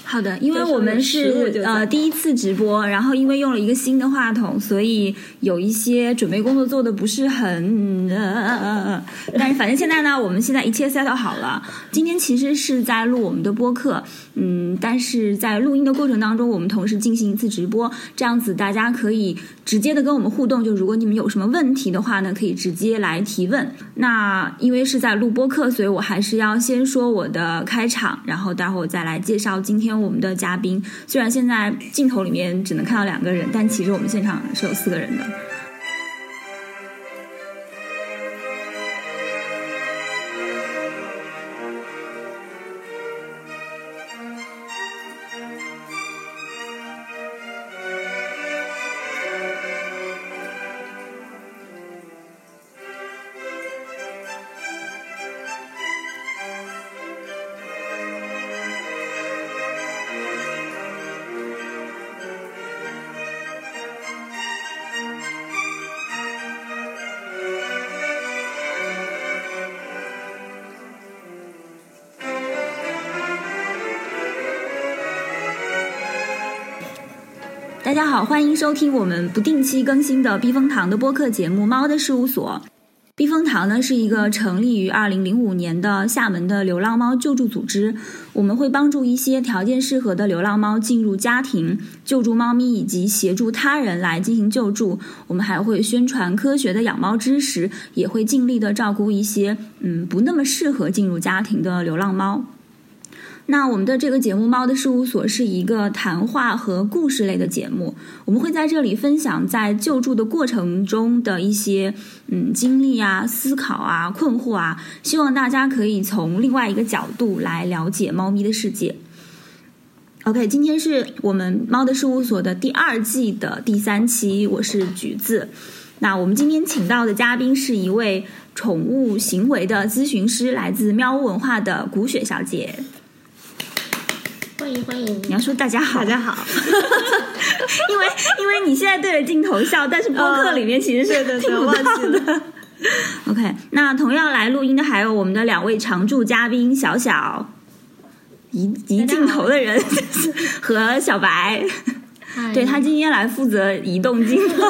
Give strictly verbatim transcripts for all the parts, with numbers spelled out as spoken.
好的，因为我们是呃第一次直播，然后因为用了一个新的话筒，所以有一些准备工作做的不是很呃，但是反正现在呢，我们现在一切 set 好了。今天其实是在录我们的播客，嗯，但是在录音的过程当中，我们同时进行一次直播，这样子大家可以直接的跟我们互动，就如果你们有什么问题的话呢，可以直接来提问。那因为是在录播客，所以我还是要先说我的开场，然后待会儿再来介绍今天我们的嘉宾。虽然现在镜头里面只能看到两个人，但其实我们现场是有四个人的。大家好，欢迎收听我们不定期更新的避风塘的播客节目《猫的事务所》。避风塘呢是一个成立于二零零五年的厦门的流浪猫救助组织，我们会帮助一些条件适合的流浪猫进入家庭，救助猫咪以及协助他人来进行救助。我们还会宣传科学的养猫知识，也会尽力的照顾一些嗯不那么适合进入家庭的流浪猫。那我们的这个节目《猫的事务所》是一个谈话和故事类的节目，我们会在这里分享在救助的过程中的一些嗯经历啊、思考啊、困惑啊，希望大家可以从另外一个角度来了解猫咪的世界。OK， 今天是我们《猫的事务所》的第二季的第三期，我是橘子。那我们今天请到的嘉宾是一位宠物行为的咨询师，来自喵屋文化的古雪小姐。 欢迎欢迎！ 你要说大家好， 大家好， 因为因为你现在对着镜头笑，但是播客里面其实是听不到的。OK， 那同样来录音的还有我们的两位常驻嘉宾小小，移移镜头的人和小白，对他今天来负责移动镜头，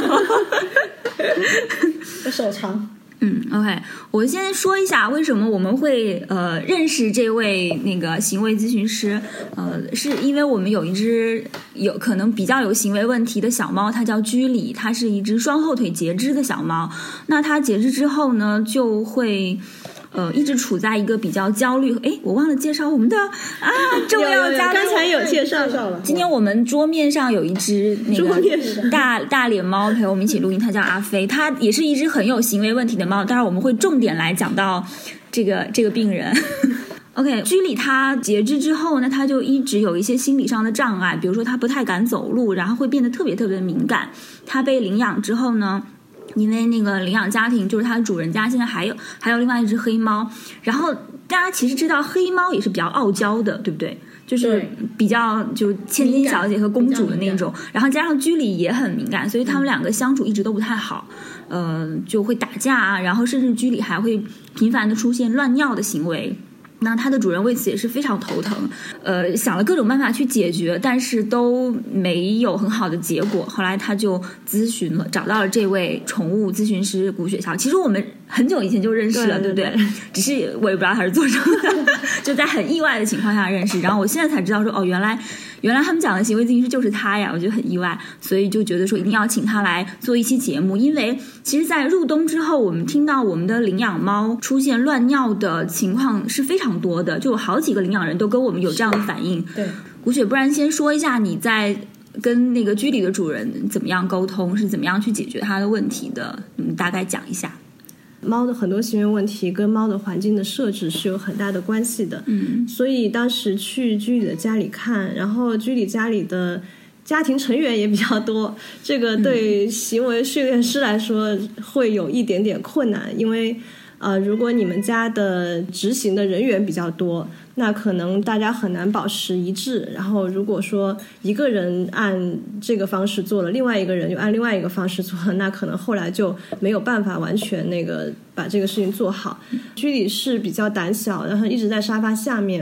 我手长。 嗯 ，OK， 我先说一下为什么我们会呃认识这位那个行为咨询师，呃，是因为我们有一只有可能比较有行为问题的小猫，它叫居里，它是一只双后腿截肢的小猫。那它截肢之后呢，就会呃一直处在一个比较焦虑。诶，我忘了介绍我们的啊重要嘉宾， 刚才有介绍了。 今天我们桌面上有一只那个大大脸猫陪我们一起录音，它叫阿飞，它也是一只很有行为问题的猫，当然我们会重点来讲到这个这个病人。OK， 居里他截肢之后呢，他就一直有一些心理上的障碍，比如说他不太敢走路，然后会变得特别特别的敏感。他被领养之后呢，因为那个领养家庭就是他的主人家现在还有还有另外一只黑猫，然后大家其实知道黑猫也是比较傲娇的，对不对？就是比较就千金小姐和公主的那种，然后加上居里也很敏感，所以他们两个相处一直都不太好，呃，就会打架啊，然后甚至居里还会频繁的出现乱尿的行为。那他的主人为此也是非常头疼，呃，想了各种办法去解决，但是都没有很好的结果。后来他就咨询了，找到了这位宠物咨询师古雪乔。其实我们很久以前就认识了， 对, 对不对？只是我也不知道他是做什么的，就在很意外的情况下认识。然后我现在才知道说，哦，原来原来他们讲的行为咨询师就是他呀，我觉得很意外，所以就觉得说一定要请他来做一期节目。因为其实在入冬之后，我们听到我们的领养猫出现乱尿的情况是非常多的，就有好几个领养人都跟我们有这样的反应。 对， 古雪，不然先说一下你在跟那个居里的主人怎么样沟通，是怎么样去解决他的问题的，嗯，大概讲一下。 猫的很多行为问题跟猫的环境的设置是有很大的关系的， 嗯， 所以当时去居里的家里看，然后居里家里的家庭成员也比较多，这个对行为训练师来说会有一点点困难，因为呃，如果你们家的执行的人员比较多，那可能大家很难保持一致，然后如果说一个人按这个方式做了，另外一个人就按另外一个方式做了，那可能后来就没有办法完全那个把这个事情做好。居里是比较胆小，然后一直在沙发下面，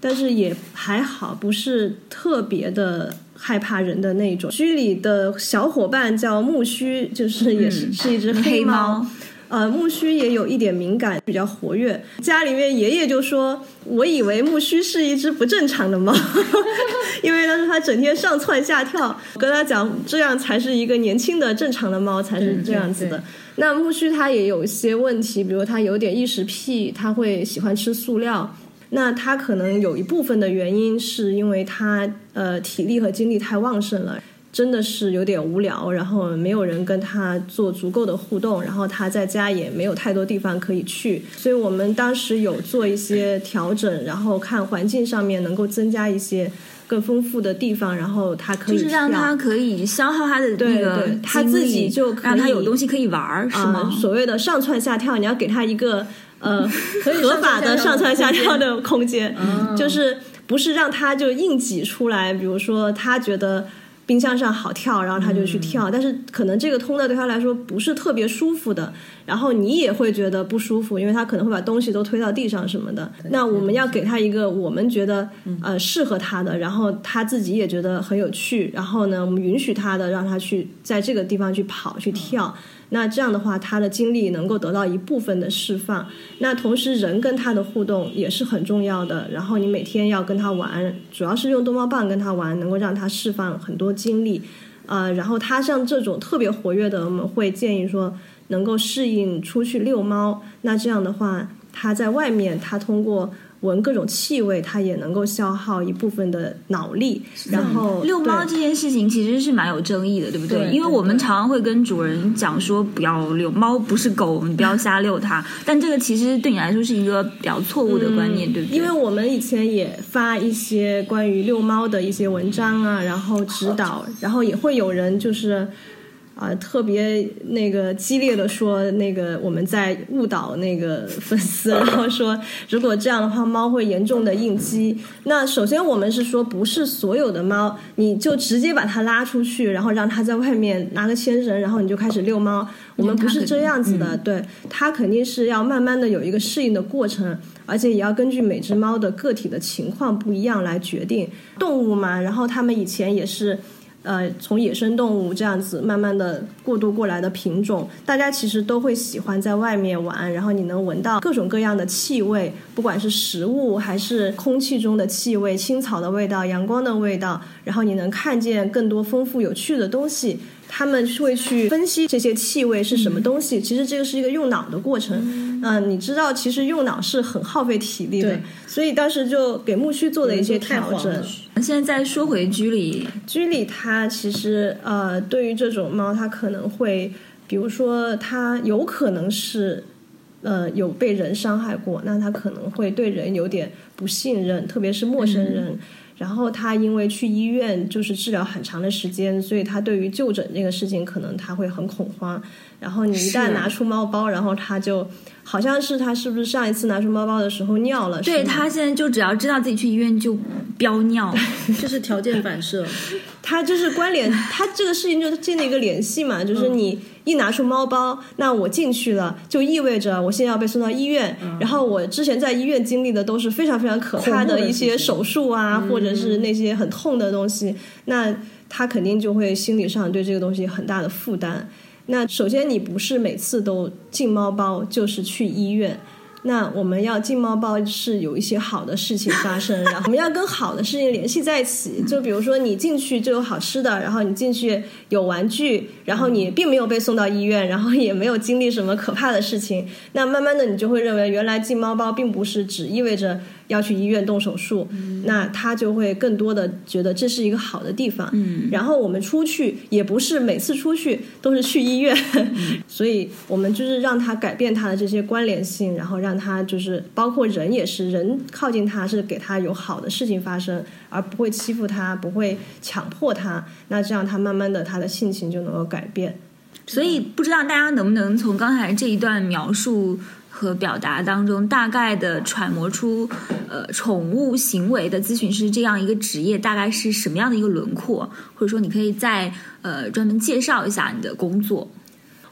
但是也还好，不是特别的害怕人的那种。居里的小伙伴叫木须，就是也是、嗯、是一只黑猫。 黑猫呃，木须也有一点敏感，比较活跃。家里面爷爷就说，我以为木须是一只不正常的猫，因为他说他整天上蹿下跳。跟他讲，这样才是一个年轻的正常的猫，才是这样子的。那木须他也有一些问题，比如他有点异食癖，他会喜欢吃塑料。那他可能有一部分的原因是因为他呃体力和精力太旺盛了。真的是有点无聊，然后没有人跟他做足够的互动，然后他在家也没有太多地方可以去，所以我们当时有做一些调整，然后看环境上面能够增加一些更丰富的地方，然后他可以就是让他可以消耗他的那个对对他自己就可以让他有东西可以玩，是吗、 呃？所谓的上蹿下跳，你要给他一个呃合法的上蹿下跳的空间， 嗯、 就是不是让他就硬挤出来，比如说他觉得冰箱上好跳，然后他就去跳、嗯、但是可能这个通道对他来说不是特别舒服的，然后你也会觉得不舒服，因为他可能会把东西都推到地上什么的。那我们要给他一个我们觉得呃适合他的，然后他自己也觉得很有趣，然后呢我们允许他的让他去在这个地方去跑去跳、嗯，那这样的话他的精力能够得到一部分的释放。那同时人跟他的互动也是很重要的，然后你每天要跟他玩，主要是用逗猫棒跟他玩，能够让他释放很多精力。呃，然后他像这种特别活跃的，我们会建议说能够适应出去遛猫，那这样的话他在外面他通过闻各种气味，它也能够消耗一部分的脑力。然后遛猫这件事情其实是蛮有争议的，对不对？ 对， 因为我们常常会跟主人讲说不要遛猫，不是狗，你不要瞎遛它。但这个其实对你来说是一个比较错误的观念，嗯、对不对？ 因为我们以前也发一些关于遛猫的一些文章啊，然后指导，然后也会有人就是啊、呃，特别那个激烈的说，那个我们在误导那个粉丝，然后说如果这样的话，猫会严重的应激。那首先我们是说，不是所有的猫，你就直接把它拉出去，然后让它在外面拿个牵绳，然后你就开始遛猫。我们不是这样子的，嗯、对，它肯定是要慢慢的有一个适应的过程，而且也要根据每只猫的个体的情况不一样来决定。动物嘛，然后它们以前也是。呃，从野生动物这样子慢慢的过渡过来的品种，大家其实都会喜欢在外面玩，然后你能闻到各种各样的气味，不管是食物还是空气中的气味，青草的味道，阳光的味道，然后你能看见更多丰富有趣的东西。他们会去分析这些气味是什么东西、嗯、其实这个是一个用脑的过程。嗯、呃，你知道其实用脑是很耗费体力的，所以当时就给木须做了一些调整。 现在再说回居里， 居里它其实呃对于这种猫，它可能会比如说它有可能是呃有被人伤害过，那它可能会对人有点不信任，特别是陌生人。嗯，然后他因为去医院就是治疗很长的时间，所以他对于就诊这个事情可能他会很恐慌。然后你一旦拿出猫包，然后他就好像是他是不是上一次拿出猫包的时候尿了？ 对，他现在就只要知道自己去医院就飙尿， 这是条件反射。 他就是关联，他这个事情就建立一个联系嘛，就是你一拿出猫包，那我进去了，就意味着我现在要被送到医院。嗯、然后我之前在医院经历的都是非常非常可怕的一些手术啊，或者是那些很痛的东西，嗯、那他肯定就会心理上对这个东西很大的负担。那首先你不是每次都进猫包就是去医院，那我们要进猫包是有一些好的事情发生，然后我们要跟好的事情联系在一起。就比如说你进去就有好吃的，然后你进去有玩具，然后你并没有被送到医院，然后也没有经历什么可怕的事情，那慢慢的你就会认为原来进猫包并不是只意味着要去医院动手术，嗯、那他就会更多的觉得这是一个好的地方。嗯，然后我们出去也不是每次出去都是去医院，嗯、所以我们就是让他改变他的这些关联性，然后让他就是包括人也是，人靠近他是给他有好的事情发生，而不会欺负他，不会强迫他，那这样他慢慢的他的性情就能够改变。 所以不知道大家能不能从刚才这一段描述和表达当中大概的揣摩出呃宠物行为的咨询师这样一个职业大概是什么样的一个轮廓，或者说你可以再呃专门介绍一下你的工作。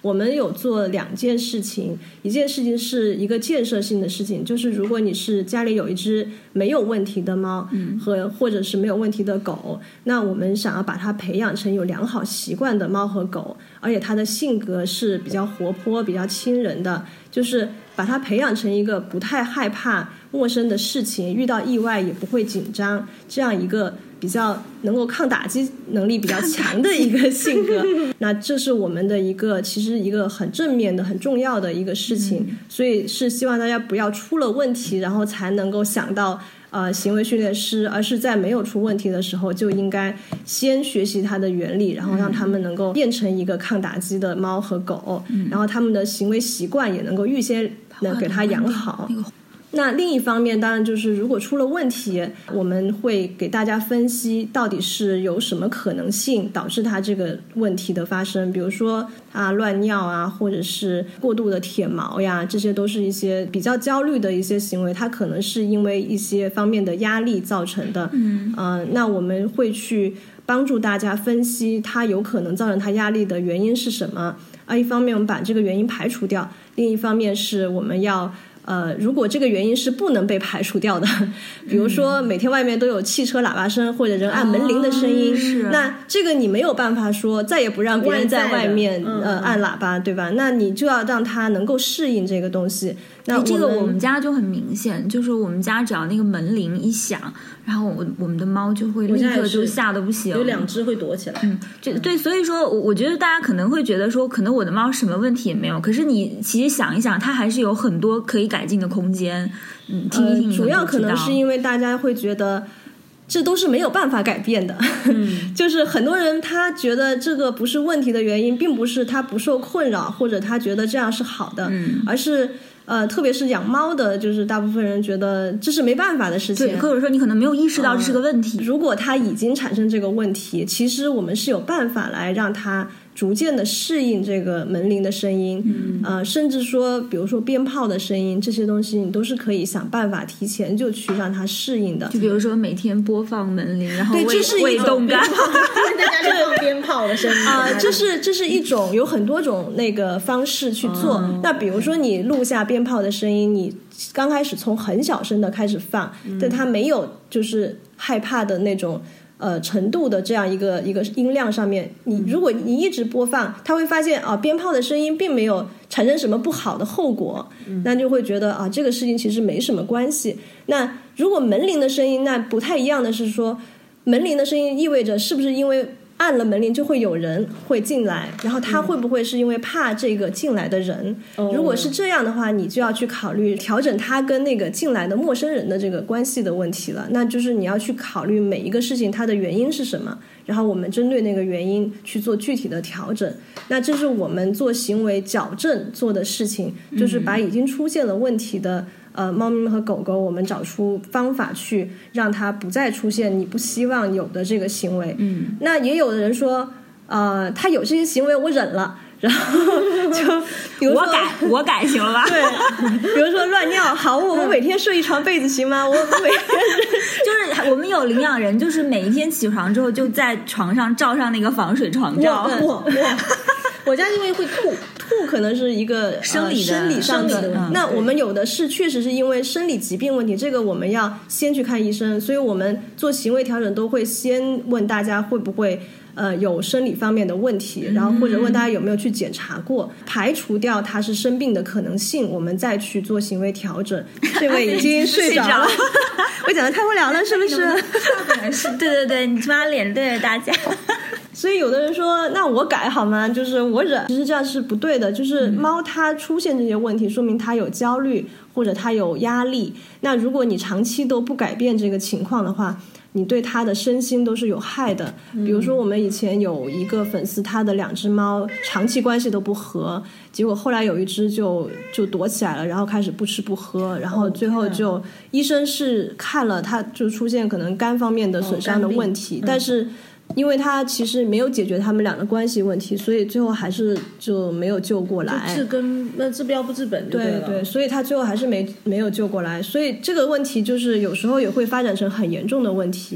我们有做两件事情，一件事情是一个建设性的事情，就是如果你是家里有一只没有问题的猫和或者是没有问题的狗，那我们想要把它培养成有良好习惯的猫和狗，而且它的性格是比较活泼比较亲人的，就是把它培养成一个不太害怕陌生的事情，遇到意外也不会紧张，这样一个比较能够抗打击能力比较强的一个性格那这是我们的一个其实一个很正面的很重要的一个事情、嗯、所以是希望大家不要出了问题然后才能够想到呃，行为训练师，而是在没有出问题的时候就应该先学习它的原理，然后让他们能够变成一个抗打击的猫和狗、嗯、然后他们的行为习惯也能够预先能给它养好。那另一方面当然就是如果出了问题，我们会给大家分析到底是有什么可能性导致它这个问题的发生，比如说它乱尿啊，或者是过度的舔毛呀，这些都是一些比较焦虑的一些行为，它可能是因为一些方面的压力造成的。嗯、呃，那我们会去帮助大家分析它有可能造成它压力的原因是什么，而一方面我们把这个原因排除掉，另一方面是我们要呃，如果这个原因是不能被排除掉的，比如说每天外面都有汽车喇叭声或者人按门铃的声音、哦、那这个你没有办法说再也不让别人在外面、嗯、呃按喇叭，对吧？那你就要让他能够适应这个东西。那这个我们家就很明显，就是我们家只要那个门铃一响，然后我我们的猫就会立刻就吓得不行， 有两只会躲起来。 嗯，这对，所以说我觉得大家可能会觉得说可能我的猫什么问题也没有，可是你其实想一想它还是有很多可以改进的空间。嗯，听一听、呃、 主要可能是因为大家会觉得这都是没有办法改变的、嗯、就是很多人他觉得这个不是问题的原因并不是他不受困扰或者他觉得这样是好的、嗯、而是呃，特别是养猫的，就是大部分人觉得这是没办法的事情， 对，或者说你可能没有意识到这是个问题、 呃、如果它已经产生这个问题，其实我们是有办法来让它逐渐的适应这个门铃的声音、嗯、呃，甚至说比如说鞭炮的声音，这些东西你都是可以想办法提前就去让它适应的。 就比如说每天播放门铃，然后对，这是一种在家里放鞭炮的声音啊、呃，这是这是一种有很多种那个方式去做、哦、那比如说你录下鞭炮的声音，你刚开始从很小声的开始放、嗯、但它没有就是害怕的那种呃程度的这样一个一个音量上面，你如果你一直播放，他会发现啊鞭炮的声音并没有产生什么不好的后果、嗯、那就会觉得啊这个事情其实没什么关系。那如果门铃的声音，那不太一样的是说，门铃的声音意味着是不是因为按了门铃就会有人会进来，然后他会不会是因为怕这个进来的人、嗯、如果是这样的话，你就要去考虑调整他跟那个进来的陌生人的这个关系的问题了。那就是你要去考虑每一个事情它的原因是什么，然后我们针对那个原因去做具体的调整。那这是我们做行为矫正做的事情，就是把已经出现了问题的呃，猫咪和狗狗，我们找出方法去让它不再出现你不希望有的这个行为。嗯，那也有的人说，呃，他有这些行为我忍了，然后就比如说我改我改行了吧？ 对，比如说乱尿，好，我我每天睡一床被子行吗？我我每天就是我们有领养人，就是每一天起床之后就在床上罩上那个防水床罩。 哇哇！我家因为会吐，吐可能是一个生理的、 呃、生理上的。 的那我们有的是确实是因为生理疾病问题，这个我们要先去看医生。所以我们做行为调整都会先问大家会不会呃有生理方面的问题，然后或者问大家有没有去检查过，排除掉他是生病的可能性，我们再去做行为调整。这位已经睡着了，我讲的太无聊了，是不是？ 是，对对对，你把脸对着大家。 所以有的人说那我改好吗？就是我忍，其实这样是不对的。就是猫它出现这些问题，说明它有焦虑或者它有压力。那如果你长期都不改变这个情况的话，你对它的身心都是有害的。比如说我们以前有一个粉丝，他的两只猫长期关系都不和，结果后来有一只就就躲起来了，然后开始不吃不喝，然后最后就、哦、医生是看了它就出现可能肝方面的损伤的问题、哦嗯、但是因为他其实没有解决他们俩的关系问题，所以最后还是就没有救过来。 就治根，那治标不治本就对了。 对对，所以他最后还是没没有救过来。所以这个问题就是有时候也会发展成很严重的问题。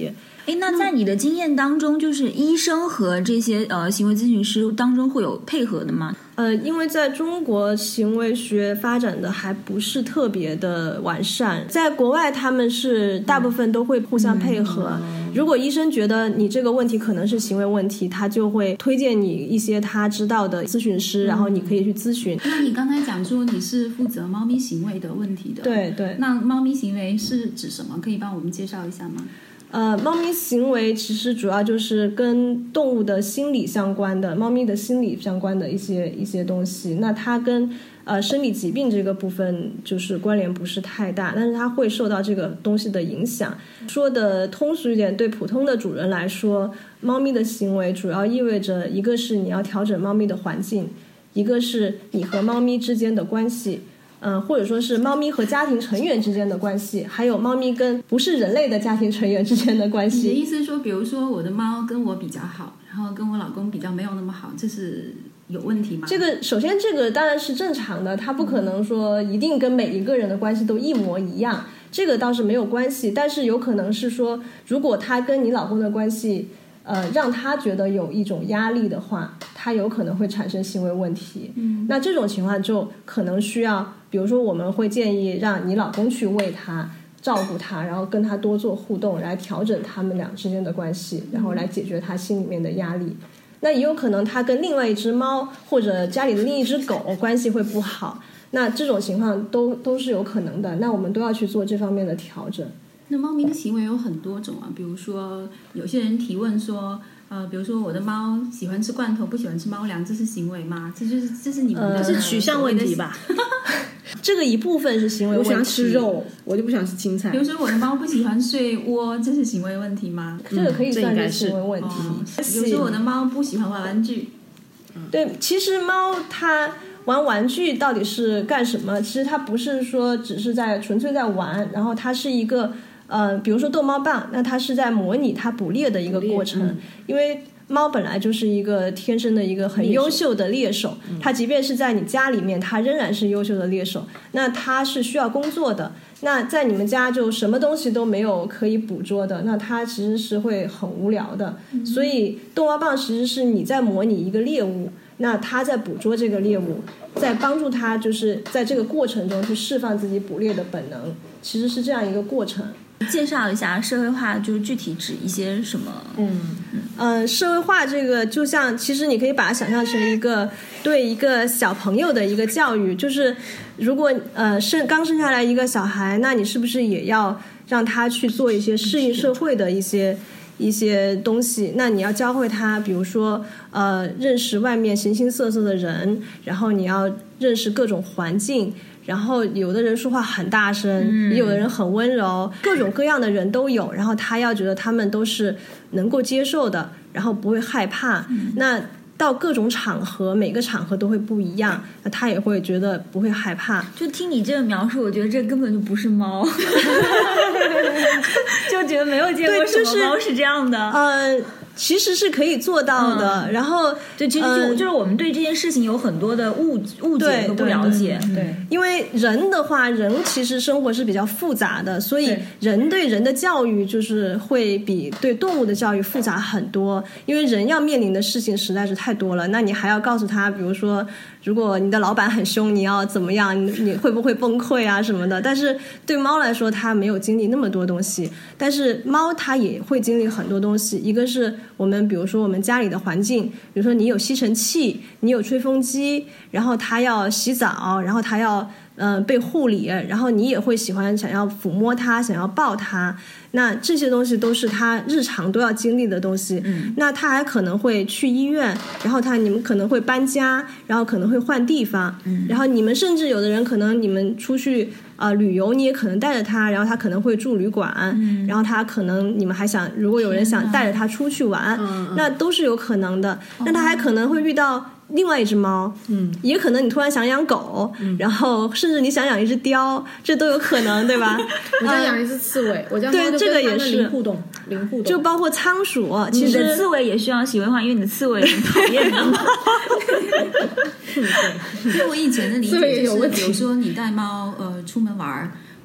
哎，那在你的经验当中，就是医生和这些呃行为咨询师当中会有配合的吗？ 呃，因为在中国行为学发展的还不是特别的完善，在国外他们是大部分都会互相配合。嗯、如果医生觉得你这个问题可能是行为问题，他就会推荐你一些他知道的咨询师，嗯、然后你可以去咨询。 那你刚才讲说你是负责猫咪行为的问题的， 对对。 那猫咪行为是指什么？可以帮我们介绍一下吗？ 呃，猫咪行为其实主要就是跟动物的心理相关的，猫咪的心理相关的一些一些东西。那它跟呃生理疾病这个部分就是关联不是太大，但是它会受到这个东西的影响。说的通俗一点，对普通的主人来说，猫咪的行为主要意味着一个是你要调整猫咪的环境，一个是你和猫咪之间的关系。嗯，或者说是猫咪和家庭成员之间的关系，还有猫咪跟不是人类的家庭成员之间的关系。 你的意思是说，比如说我的猫跟我比较好，然后跟我老公比较没有那么好，这是有问题吗？ 这个首先这个当然是正常的，它不可能说一定跟每一个人的关系都一模一样，这个倒是没有关系。但是有可能是说，如果他跟你老公的关系呃，让他觉得有一种压力的话，他有可能会产生行为问题。嗯，那这种情况就可能需要，比如说我们会建议让你老公去喂他，照顾他，然后跟他多做互动，来调整他们俩之间的关系，然后来解决他心里面的压力。那也有可能他跟另外一只猫或者家里的另一只狗关系会不好，那这种情况都都是有可能的，那我们都要去做这方面的调整。 那猫咪的行为有很多种啊，比如说有些人提问说，呃，比如说我的猫喜欢吃罐头，不喜欢吃猫粮，这是行为吗？这就是这是你们的、 呃、是取向问题吧？ 这个一部分是行为问题。 我喜欢吃肉，我就不想吃青菜。 比如说我的猫不喜欢睡窝，这是行为问题吗？ 这个可以算是行为问题。 嗯、比如说我的猫不喜欢玩玩具。 对，其实猫它玩玩具到底是干什么？其实它不是说只是在纯粹在玩，然后它是一个。呃，比如说逗猫棒，那它是在模拟它捕猎的一个过程，嗯、因为猫本来就是一个天生的一个很优秀的猎手，猎手它即便是在你家里面，它仍然是优秀的猎手。那它是需要工作的，那在你们家就什么东西都没有可以捕捉的，那它其实是会很无聊的。嗯、所以逗猫棒其实是你在模拟一个猎物，那它在捕捉这个猎物，在帮助它就是在这个过程中去释放自己捕猎的本能，其实是这样一个过程。 介绍一下社会化，就是具体指一些什么？ 嗯嗯、呃，社会化这个就像，其实你可以把它想象成一个对一个小朋友的一个教育，就是如果呃生刚生下来一个小孩，那你是不是也要让他去做一些适应社会的一些一些东西？那你要教会他，比如说呃认识外面形形色色的人，然后你要认识各种环境。然后有的人说话很大声，嗯、也有的人很温柔，各种各样的人都有。然后他要觉得他们都是能够接受的，然后不会害怕。嗯、那到各种场合，每个场合都会不一样，那他也会觉得不会害怕。 就听你这个描述，我觉得这根本就不是猫，就觉得没有见过什么猫是这样的。 呃。其实是可以做到的，嗯、然后对，其实就、呃、就是我们对这件事情有很多的误误解和不了解。 对，对对因为人的话，人其实生活是比较复杂的，所以人对人的教育就是会比对动物的教育复杂很多。因为人要面临的事情实在是太多了，那你还要告诉他，比如说，如果你的老板很凶，你要怎么样？你你会不会崩溃啊什么的？但是对猫来说，它没有经历那么多东西，但是猫它也会经历很多东西。一个是我们比如说我们家里的环境，比如说你有吸尘器，你有吹风机，然后它要洗澡，然后它要嗯、呃、被护理，然后你也会喜欢想要抚摸它，想要抱它，那这些东西都是它日常都要经历的东西。嗯，那它还可能会去医院，然后它你们可能会搬家，然后可能会换地方，嗯，然后你们甚至有的人可能你们出去呃，旅游你也可能带着他，然后他可能会住旅馆，嗯、然后他可能你们还想，如果有人想带着他出去玩，那都是有可能的。嗯、那他还可能会遇到另外一只猫，嗯，也可能你突然想养狗，嗯、然后甚至你想养一只雕，这都有可能，对吧？ 我想养一只刺猬，我家猫就跟它们零互动，零互动， 就包括仓鼠，其实你的刺猬也需要行为化，因为你的刺猬很讨厌人。 因为我以前的理解就是，比如说你带猫呃出门玩，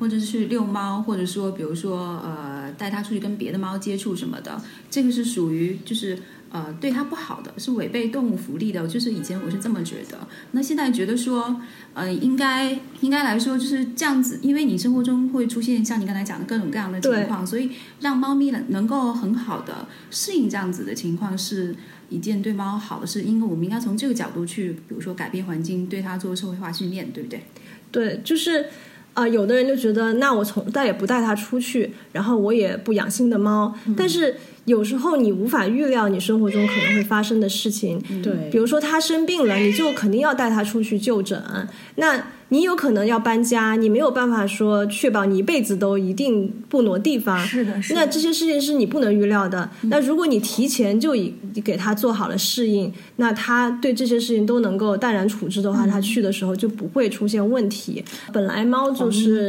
或者是去遛猫，或者说比如说呃带它出去跟别的猫接触什么的，这个是属于就是呃对它不好的，是违背动物福利的。就是以前我是这么觉得，那现在觉得说呃应该应该来说就是这样子，因为你生活中会出现像你刚才讲的各种各样的情况，所以让猫咪能够很好的适应这样子的情况是一件对猫好的事，因为我们应该从这个角度去比如说改变环境，对它做社会化训练，对不对？ 对，就是呃，有的人就觉得那我从再也不带它出去，然后我也不养新的猫、嗯、但是有时候你无法预料你生活中可能会发生的事情， 对、 嗯，比如说它生病了，你就肯定要带它出去就诊，那你有可能要搬家，你没有办法说确保你一辈子都一定不挪地方， 是的，是的， 那这些事情是你不能预料的、嗯、那如果你提前就给他做好了适应，那他对这些事情都能够淡然处置的话、嗯、他去的时候就不会出现问题。本来猫就是、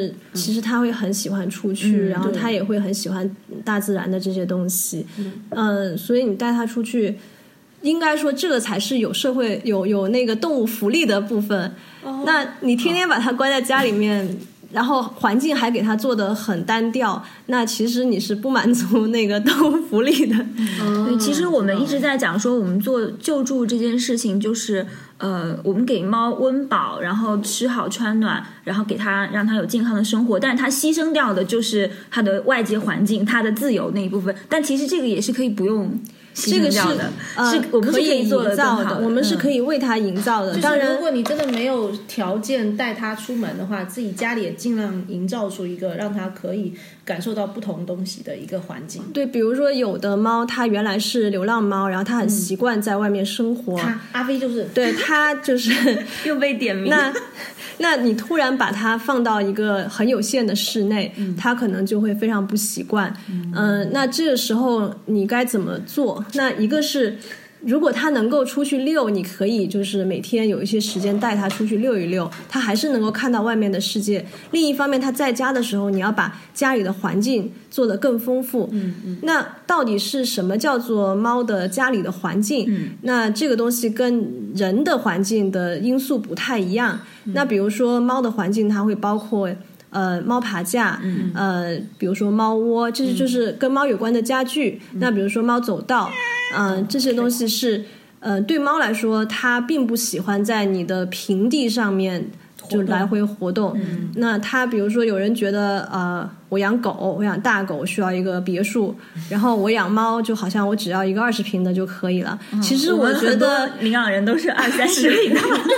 嗯、其实他会很喜欢出去、嗯、然后他也会很喜欢大自然的这些东西，嗯、呃，所以你带他出去应该说这个才是有社会有有那个动物福利的部分、哦、那你天天把它关在家里面、哦，然后环境还给它做得很单调，那其实你是不满足那个动物福利的。 嗯，其实我们一直在讲说我们做救助这件事情就是呃，我们给猫温饱，然后吃好穿暖，然后给它让它有健康的生活，但是它牺牲掉的就是它的外界环境，它的自由那一部分，但其实这个也是可以不用这个是呃，是我们是可以做营造的，我们是可以为它营造的。 嗯、 当然， 就是如果你真的没有条件带它出门的话，自己家里也尽量营造出一个让它可以感受到不同东西的一个环境。 对，比如说有的猫它原来是流浪猫，然后它很习惯在外面生活。 它、嗯、阿飞就是， 对，它就是又被点名。 那那你突然把它放到一个很有限的室内，嗯、它可能就会非常不习惯。嗯、呃，那这个时候你该怎么做？那一个是如果他能够出去遛，你可以就是每天有一些时间带他出去遛一遛，他还是能够看到外面的世界。另一方面他在家的时候，你要把家里的环境做得更丰富。 嗯嗯。 那到底是什么叫做猫的家里的环境？ 嗯， 那这个东西跟人的环境的因素不太一样。嗯、那比如说猫的环境它会包括呃，猫爬架， 嗯， 呃，比如说猫窝，这是就是跟猫有关的家具。嗯、那比如说猫走道，嗯、呃，这些东西是，呃，对猫来说，它并不喜欢在你的平地上面就来回活动。 嗯， 那它比如说有人觉得，呃，我养狗，我养大狗需要一个别墅，然后我养猫就好像我只要一个二十平的就可以了。嗯、其实我觉得领养人都是二三十平的。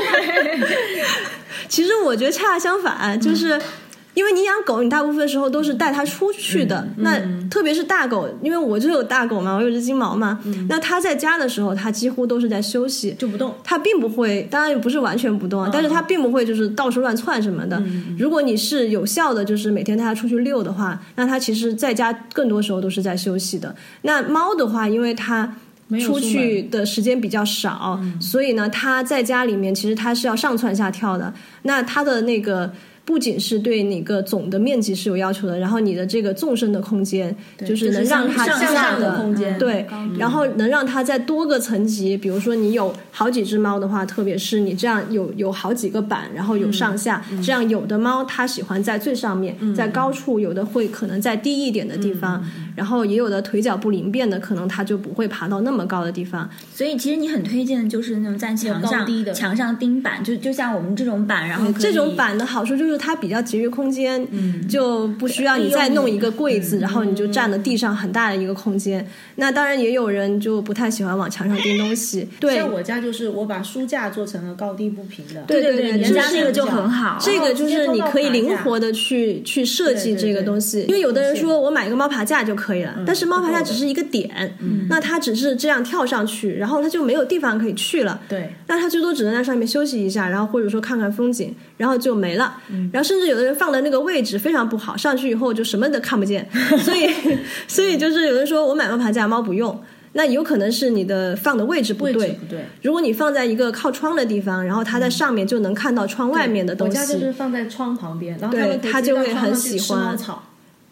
其实我觉得恰恰相反，就是。嗯，因为你养狗，你大部分时候都是带它出去的。 嗯、 那、 嗯、 特别是大狗，因为我就有大狗嘛，我有只金毛嘛。 嗯、 那它在家的时候，它几乎都是在休息， 就不动。 它并不会，当然也不是完全不动， 哦、 但是它并不会就是到处乱窜什么的。 嗯、 如果你是有效的，就是每天带它出去遛的话，那它其实在家更多时候都是在休息的。那猫的话，因为它出去的时间比较少， 嗯、 所以呢，它在家里面其实它是要上蹿下跳的。那它的那个。不仅是对那个总的面积是有要求的，然后你的这个纵深的空间，就是能让它向上的空间， 对， 嗯、 然后能让它在多个层级，比如说你有好几只猫的话，特别是你这样有有好几个板，然后有上下， 嗯、 这样有的猫它喜欢在最上面， 嗯、 在高处，有的会可能在低一点的地方， 嗯、 然后也有的腿脚不灵便的，可能它就不会爬到那么高的地方。 所以其实你很推荐就是那种在墙上墙上钉板，就就像我们这种板，然后这种板的好处就是它比较节约空间， 嗯， 就不需要你再弄一个柜子，嗯、然后你就占了地上很大的一个空间。嗯、那当然也有人就不太喜欢往墙上钉东西，对， 像我家就是我把书架做成了高低不平的， 对对对， 人家那个就很好， 这个就是你可以灵活的去去设计这个东西。 对对对， 因为有的人说我买一个猫爬架就可以了， 嗯、 但是猫爬架只是一个点， 嗯、 那它只是这样跳上去，然后它就没有地方可以去了， 对， 那它最多只能在上面休息一下，然后或者说看看风景，然后就没了。 嗯、 然后甚至有的人放的那个位置非常不好，上去以后就什么都看不见，所以所以就是有人说我买猫爬架猫不用，那有可能是你的放的位置不对。 位置不对， 如果你放在一个靠窗的地方，然后它在上面就能看到窗外面的东西。 我家就是放在窗旁边，然后他们它就会很喜欢。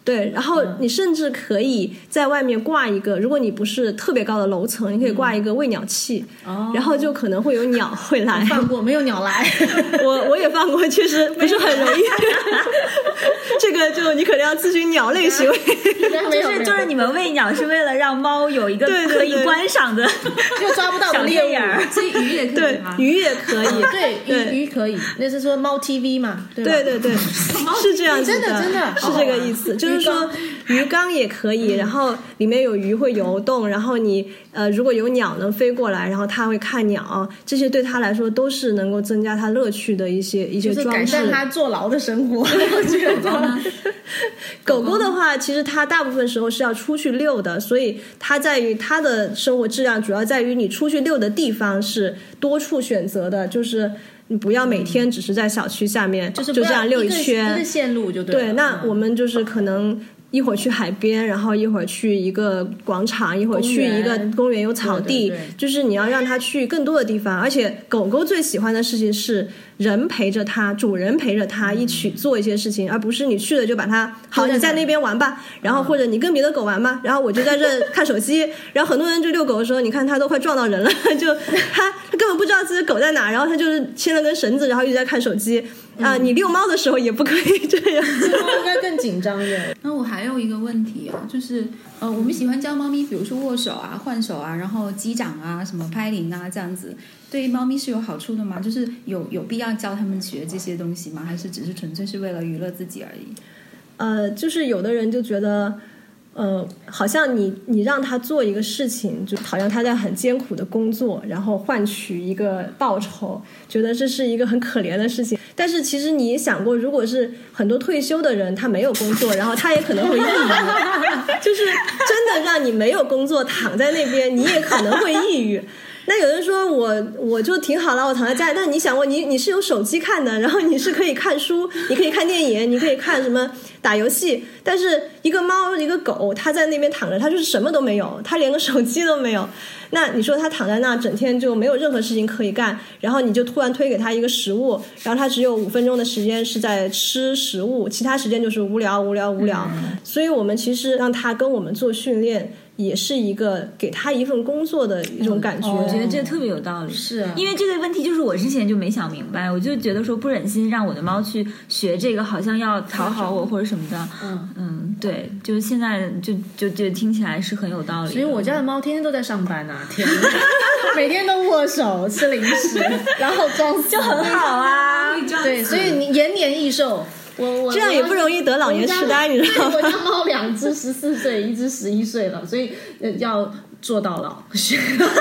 对，然后你甚至可以在外面挂一个，如果你不是特别高的楼层，你可以挂一个喂鸟器， 哦、 然后就可能会有鸟会来。 放过没有鸟来？ 我我也放过，确实不是很容易。这个就你可能要咨询鸟类行为。 就是就是你们喂鸟是为了让猫有一个可以观赏的， 就抓不到的猎物， 所以鱼也可以吗？ 对，鱼也可以， 对，鱼鱼可以，那是说猫 T V 嘛？对对对对，是这样子的， 真的真的是这个意思，就是说鱼缸也可以，然后里面有鱼会游动，然后你呃如果有鸟能飞过来，然后它会看鸟，这些对它来说都是能够增加它乐趣的一些一些装置， 就是改善它坐牢的生活。我觉得狗狗的话，其实它大部分时候是要出去遛的，所以它在于它的生活质量主要在于你出去遛的地方是多处选择的，就是你不要每天只是在小区下面、嗯、就这样遛一圈， 一个线路就对了。 对，那我们就是可能一会儿去海边，然后一会儿去一个广场，一会儿去一个公园有草地， 对对对， 就是你要让它去更多的地方。而且狗狗最喜欢的事情是人陪着它，主人陪着它一起做一些事情，而不是你去了就把它好你在那边玩吧，然后或者你跟别的狗玩吧，然后我就在这看手机。然后很多人就遛狗的时候，你看它都快撞到人了，就它它根本不知道自己的狗在哪，然后它就是牵了根绳子，然后一直在看手机啊、嗯。你遛猫的时候也不可以这样， 应该更紧张的。 那我还有一个问题啊，就是呃，我们喜欢教猫咪，比如说握手啊、换手啊，然后击掌啊、什么拍铃啊这样子，对猫咪是有好处的吗？就是有有必要教他们学这些东西吗？还是只是纯粹是为了娱乐自己而已？ 呃，就是有的人就觉得。呃，好像你你让他做一个事情，就好像他在很艰苦的工作，然后换取一个报酬，觉得这是一个很可怜的事情。但是其实你也想过，如果是很多退休的人，他没有工作，然后他也可能会抑郁，就是真的让你没有工作躺在那边，你也可能会抑郁。那有人说我我就挺好了，我躺在家里，但你想过你你是有手机看的，然后你是可以看书，你可以看电影，你可以看什么打游戏，但是一个猫一个狗它在那边躺着，它就是什么都没有，它连个手机都没有。那你说它躺在那整天就没有任何事情可以干，然后你就突然推给它一个食物，然后它只有五分钟的时间是在吃食物，其他时间就是无聊无聊无聊、嗯、所以我们其实让它跟我们做训练也是一个给他一份工作的一种感觉、 嗯哦、我觉得这个特别有道理。 是啊， 因为这个问题就是我之前就没想明白，我就觉得说不忍心让我的猫去学这个，好像要讨好我或者什么的。 嗯嗯，对，就是现在就就就听起来是很有道理的。 所以我家的猫天天都在上班啊，天每天都握手吃零食然后装死就很好啊。 对，所以你延年益寿。我我这样也不容易得老年痴呆，你知道吗？ 我家猫两只十四岁，一只十一岁了，所以要做到老。上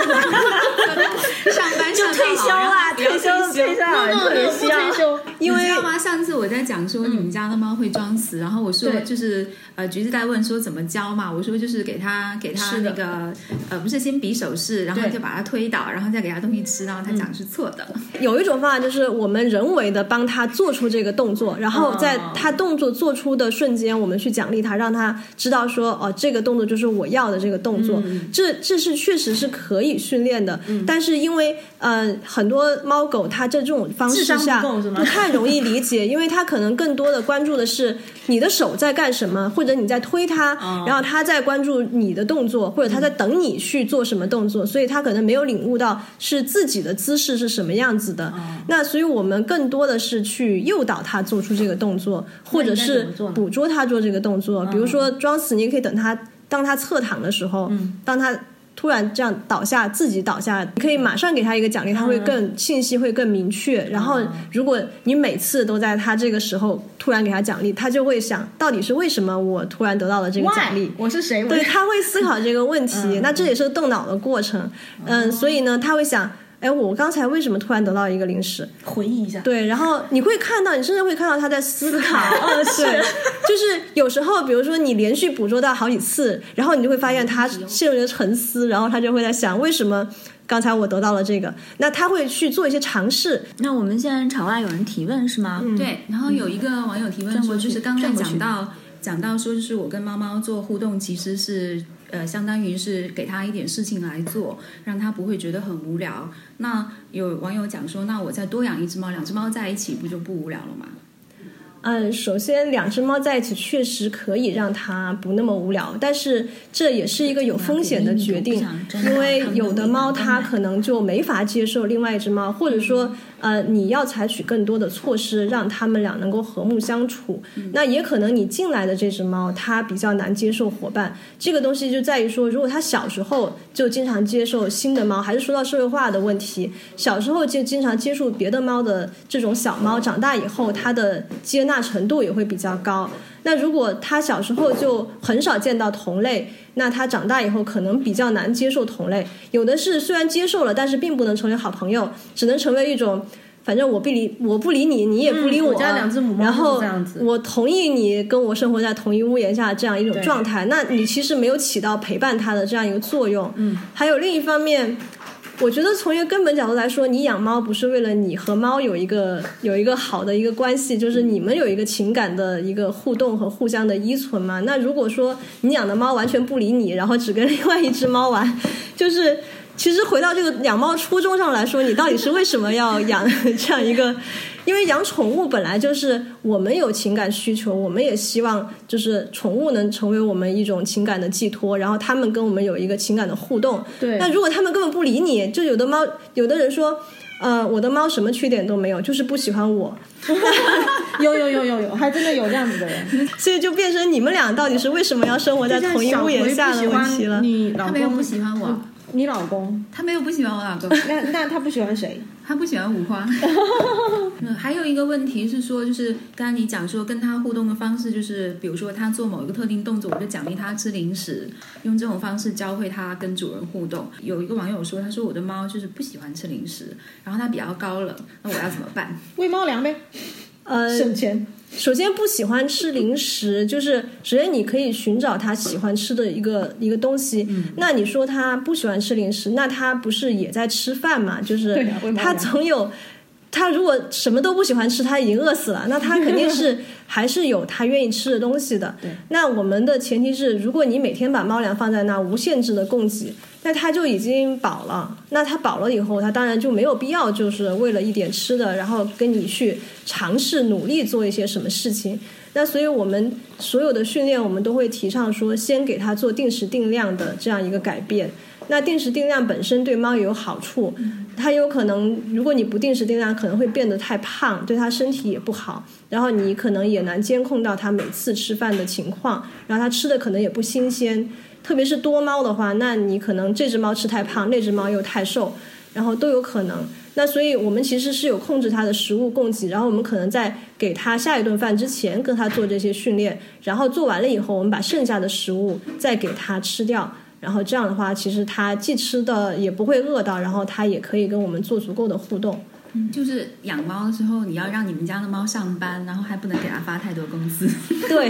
班就退休啦，退休退休 ，no no 也不退休。 因为你知道吗？上次我在讲说你们家的猫会装死，然后我说就是呃橘子在问说怎么教嘛，我说就是给它给它那个呃不是先比手势，然后就把它推倒，然后再给它东西吃，然后它讲是错的。 有一种方法就是我们人为的帮它做出这个动作，然后在它动作做出的瞬间，我们去奖励它，让它知道说哦这个动作就是我要的这个动作。嗯、这这是确实是可以训练的，嗯、但是因为呃很多猫狗它这种方式下不太容易理解，因为它可能更多的关注的是你的手在干什么，或者你在推它，哦、然后它在关注你的动作，或者它在等你去做什么动作，嗯、所以它可能没有领悟到是自己的姿势是什么样子的。哦、那所以我们更多的是去诱导它做出这个动作，或者是捕捉它做这个动作。比如说装死，你可以等它当它侧躺的时候，嗯、当它突然这样倒下，自己倒下，你可以马上给他一个奖励，他会更信息会更明确。然后如果你每次都在他这个时候突然给他奖励，他就会想到底是为什么我突然得到了这个奖励， 我是谁？ 对，他会思考这个问题。嗯、那这也是动脑的过程。嗯，所以呢，他会想，哎，我刚才为什么突然得到一个零食？ 回忆一下。 对，然后你会看到，你甚至会看到他在思考。哦，是，就是有时候，比如说你连续捕捉到好几次，然后你就会发现他陷入了沉思，然后他就会在想，为什么刚才我得到了这个？那他会去做一些尝试。 那我们现在场外有人提问是吗？ 嗯、对，然后有一个网友提问说，就是刚才讲到讲到说，就是我跟猫猫做互动，其实是。呃，相当于是给他一点事情来做，让他不会觉得很无聊。那有网友讲说，那我再多养一只猫，两只猫在一起不就不无聊了吗？ 嗯，首先两只猫在一起确实可以让它不那么无聊，但是这也是一个有风险的决定，因为有的猫它可能就没法接受另外一只猫，或者说呃你要采取更多的措施让它们俩能够和睦相处，那也可能你进来的这只猫它比较难接受伙伴，这个东西就在于说，如果它小时候就经常接受新的猫，还是说到社会化的问题，小时候就经常接触别的猫的这种小猫，长大以后它的接纳程度也会比较高。那如果他小时候就很少见到同类，那他长大以后可能比较难接受同类，有的是虽然接受了，但是并不能成为好朋友，只能成为一种反正我不理我不理你，你也不理我， 嗯、我家两只母猫然后这样子， 我同意你跟我生活在同一屋檐下这样一种状态，那你其实没有起到陪伴他的这样一个作用。 嗯， 还有另一方面，我觉得从一个根本角度来说，你养猫不是为了你和猫有一个有一个好的一个关系，就是你们有一个情感的一个互动和互相的依存嘛。那如果说你养的猫完全不理你，然后只跟另外一只猫玩，就是其实回到这个养猫初衷上来说，你到底是为什么要养这样一个，因为养宠物本来就是我们有情感需求，我们也希望就是宠物能成为我们一种情感的寄托，然后他们跟我们有一个情感的互动。 对， 那如果他们根本不理你，就有的猫有的人说呃，我的猫什么缺点都没有，就是不喜欢我。 有有有有有，还真的有这样子的人， 所以就变成你们俩到底是为什么要生活在同一屋檐下的问题了。 你老公他没有不喜欢我， 你老公他没有不喜欢我老公， 那那他不喜欢谁？ 他不喜欢五花。嗯，还有一个问题是说，就是刚刚你讲说跟他互动的方式，就是比如说他做某一个特定动作，我就奖励他吃零食，用这种方式教会他跟主人互动。有一个网友说，他说我的猫就是不喜欢吃零食，然后它比较高冷，那我要怎么办？ 喂猫粮呗， 呃， 省钱。 首先不喜欢吃零食，就是首先你可以寻找他喜欢吃的一个一个东西。嗯，那你说他不喜欢吃零食，那他不是也在吃饭嘛？就是他总有，他如果什么都不喜欢吃，他已经饿死了，那他肯定是还是有他愿意吃的东西的。 对， 那我们的前提是，如果你每天把猫粮放在那无限制的供给，那他就已经饱了。那他饱了以后，他当然就没有必要就是为了一点吃的，然后跟你去尝试努力做一些什么事情。那所以我们所有的训练，我们都会提倡说，先给他做定时定量的这样一个改变。那定时定量本身对猫也有好处，它有可能如果你不定时定量，可能会变得太胖，对它身体也不好，然后你可能也难监控到它每次吃饭的情况，然后它吃的可能也不新鲜。特别是多猫的话，那你可能这只猫吃太胖，那只猫又太瘦，然后都有可能。那所以我们其实是有控制它的食物供给，然后我们可能在给它下一顿饭之前跟它做这些训练，然后做完了以后，我们把剩下的食物再给它吃掉，然后这样的话其实它既吃的也不会饿到，然后它也可以跟我们做足够的互动。 嗯，就是养猫的时候你要让你们家的猫上班，然后还不能给它发太多工资。 对。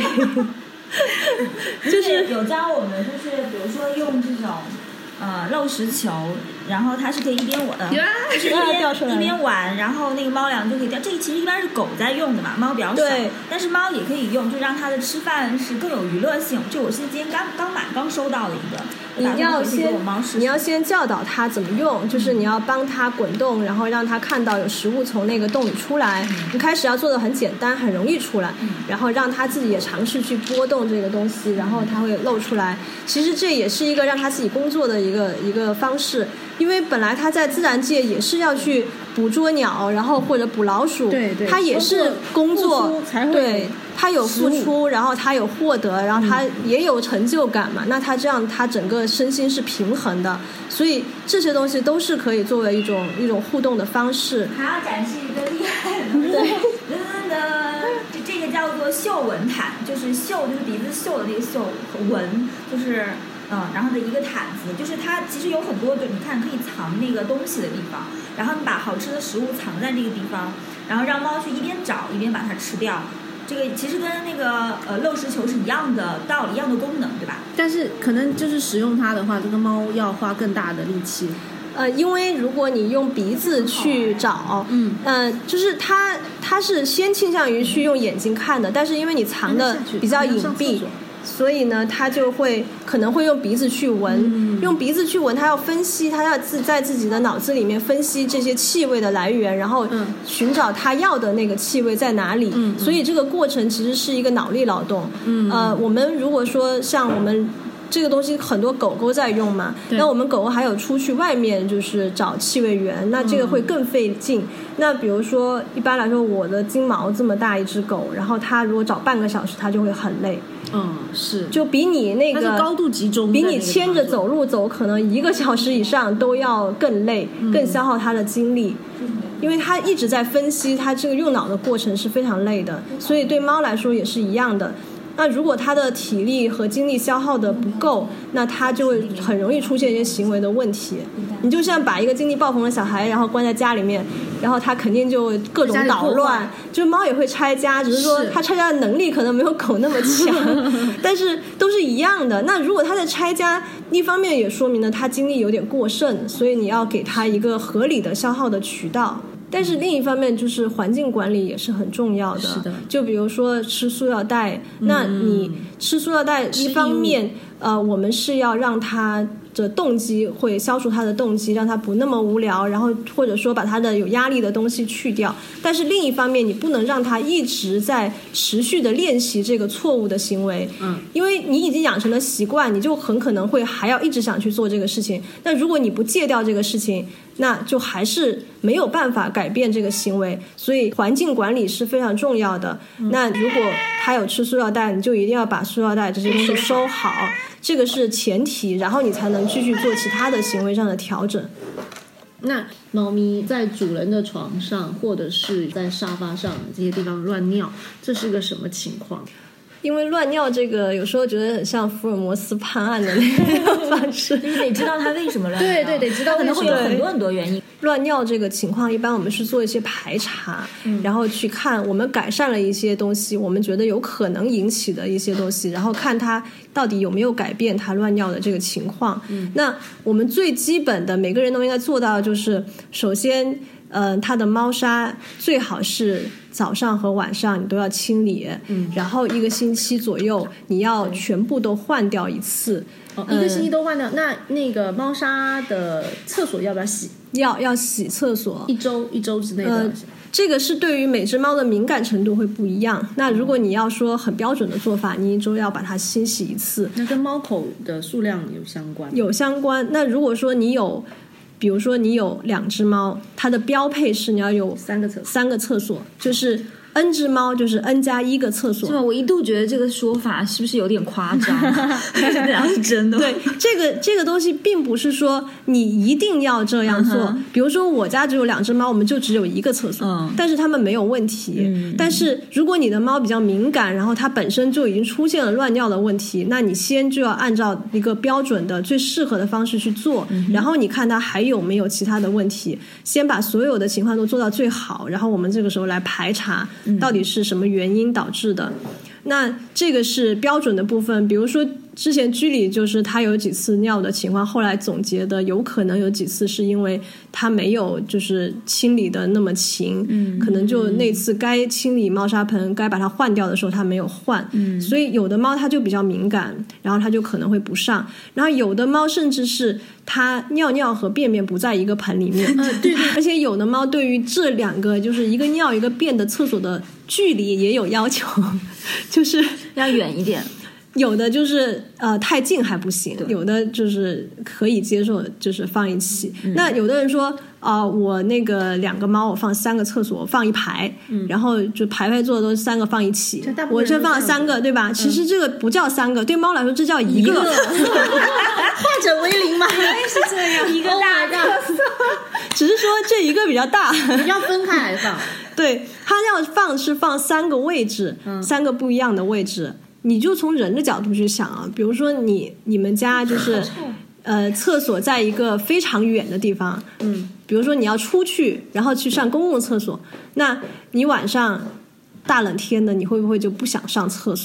就是有教我们，就是比如说用这种呃漏食球，然后它是可以一边玩，就是一边一边玩，然后那个猫粮就可以掉。这个其实一般是狗在用的嘛，猫比较少，但是猫也可以用，就让它的吃饭是更有娱乐性。这我是今天刚刚买刚收到的一个。 你要先你要先教导它怎么用，就是你要帮它滚动，然后让它看到有食物从那个洞里出来。你开始要做的很简单，很容易出来，然后让它自己也尝试去拨动这个东西，然后它会露出来。其实这也是一个让它自己工作的一个一个方式，因为本来它在自然界也是要去捕捉鸟，然后或者捕老鼠， 对对， 它也是工作， 才会对，它有付出，然后它有获得，然后它也有成就感嘛。嗯、那它这样，它整个身心是平衡的，所以这些东西都是可以作为一种一种互动的方式。 还要展示一个厉害的，对，噔噔，这这个叫做嗅闻毯，就是嗅就是鼻子嗅的那个嗅，闻就是。嗯，然后的一个毯子，就是它其实有很多，就你看可以藏那个东西的地方，然后你把好吃的食物藏在这个地方，然后让猫去一边找一边把它吃掉。这个其实跟那个呃漏食球是一样的道理，一样的功能，对吧？ 但是可能就是使用它的话，这个猫要花更大的力气。 呃，因为如果你用鼻子去找，嗯，呃，就是它它是先倾向于去用眼睛看的，但是因为你藏的比较隐蔽。 所以呢它就会可能会用鼻子去闻、嗯、用鼻子去闻，它要分析，它要自在自己的脑子里面分析这些气味的来源，然后寻找它要的那个气味在哪里、嗯、所以这个过程其实是一个脑力劳动。嗯，呃，我们如果说像我们这个东西很多狗狗在用嘛，那我们狗狗还有出去外面就是找气味源，那这个会更费劲、嗯、那比如说一般来说我的金毛这么大一只狗，然后它如果找半个小时它就会很累。 嗯，是， 就比你那个它是高度集中， 比你牵着走路走可能一个小时以上都要更累、嗯、更消耗它的精力、嗯、因为它一直在分析，它这个用脑的过程是非常累的，所以对猫来说也是一样的。那如果它的体力和精力消耗的不够，那它就会很容易出现一些行为的问题。你就像把一个精力爆棚的小孩然后关在家里面，然后他肯定就各种捣乱，就猫也会拆家，只是说它拆家的能力可能没有狗那么强但是都是一样的。那如果它在拆家，一方面也说明了它精力有点过剩，所以你要给它一个合理的消耗的渠道。但是另一方面就是环境管理也是很重要的， 是的， 就比如说吃塑料袋、嗯、那你吃塑料袋一方面呃，我们是要让它的动机会消除它的动机，让它不那么无聊，然后或者说把它的有压力的东西去掉，但是另一方面你不能让它一直在持续的练习这个错误的行为，嗯，因为你已经养成了习惯，你就很可能会还要一直想去做这个事情，那如果你不戒掉这个事情，那就还是没有办法改变这个行为，所以环境管理是非常重要的、嗯、那如果他有吃塑料袋，你就一定要把塑料袋这些东西收好，这个是前提，然后你才能继续做其他的行为上的调整。 那猫咪在主人的床上或者是在沙发上这些地方乱尿，这是个什么情况？ 因为乱尿这个有时候觉得很像福尔摩斯判案的那个方式你得知道他为什么乱尿对对得知道可能会有很多很多原因。 乱尿这个情况一般我们是做一些排查、嗯、然后去看我们改善了一些东西，我们觉得有可能引起的一些东西，然后看他到底有没有改变他乱尿的这个情况、嗯、那我们最基本的每个人都应该做到的就是首先呃，它的猫砂最好是早上和晚上你都要清理、嗯、然后一个星期左右你要全部都换掉一次、 哦嗯、一个星期都换掉。那那个猫砂的厕所要不要洗？ 要要洗厕所， 一周一周之内的、呃、 这个是对于每只猫的敏感程度会不一样，那如果你要说很标准的做法，你一周要把它清洗一次。 那跟猫口的数量有相关？ 有相关。那如果说你有比如说你有两只猫，它的标配是你要有三个厕所， 三个厕所就是 N 只猫就是 N 加一个厕所。 是吧？我一度觉得这个说法是不是有点夸张？这样是真的。 对，这个这个东西并不是说你一定要这样做。嗯、比如说我家只有两只猫，我们就只有一个厕所，嗯、但是它们没有问题、嗯。但是如果你的猫比较敏感，然后它本身就已经出现了乱尿的问题，那你先就要按照一个标准的最适合的方式去做，嗯、然后你看它还有没有其他的问题，先把所有的情况都做到最好，然后我们这个时候来排查到底是什么原因导致的。那这个是标准的部分，比如说之前居里就是他有几次尿的情况，后来总结的有可能有几次是因为他没有就是清理的那么勤，嗯，可能就那次该清理猫砂盆该把它换掉的时候他没有换，嗯，所以有的猫它就比较敏感，然后它就可能会不上，然后有的猫甚至是它尿尿和便便不在一个盆里面， 呃，对对， 而且有的猫对于这两个就是一个尿一个便的厕所的距离也有要求，就是要远一点。 有的就是呃太近还不行，有的就是可以接受，就是放一起。嗯、那有的人说啊、呃，我那个两个猫我放三个厕所放一排，嗯、然后就排排坐的都是三个放一起，我这放了三个，对吧？嗯、其实这个不叫三个，对猫来说这叫一个。 化整为零嘛， 是这样，一个大厕所，只是说这一个比较大， 要分开来放。 对，它要放是放三个位置，嗯、三个不一样的位置。你就从人的角度去想啊，比如说你你们家就是呃厕所在一个非常远的地方，嗯，比如说你要出去然后去上公共厕所，那你晚上大冷天的你会不会就不想上厕所？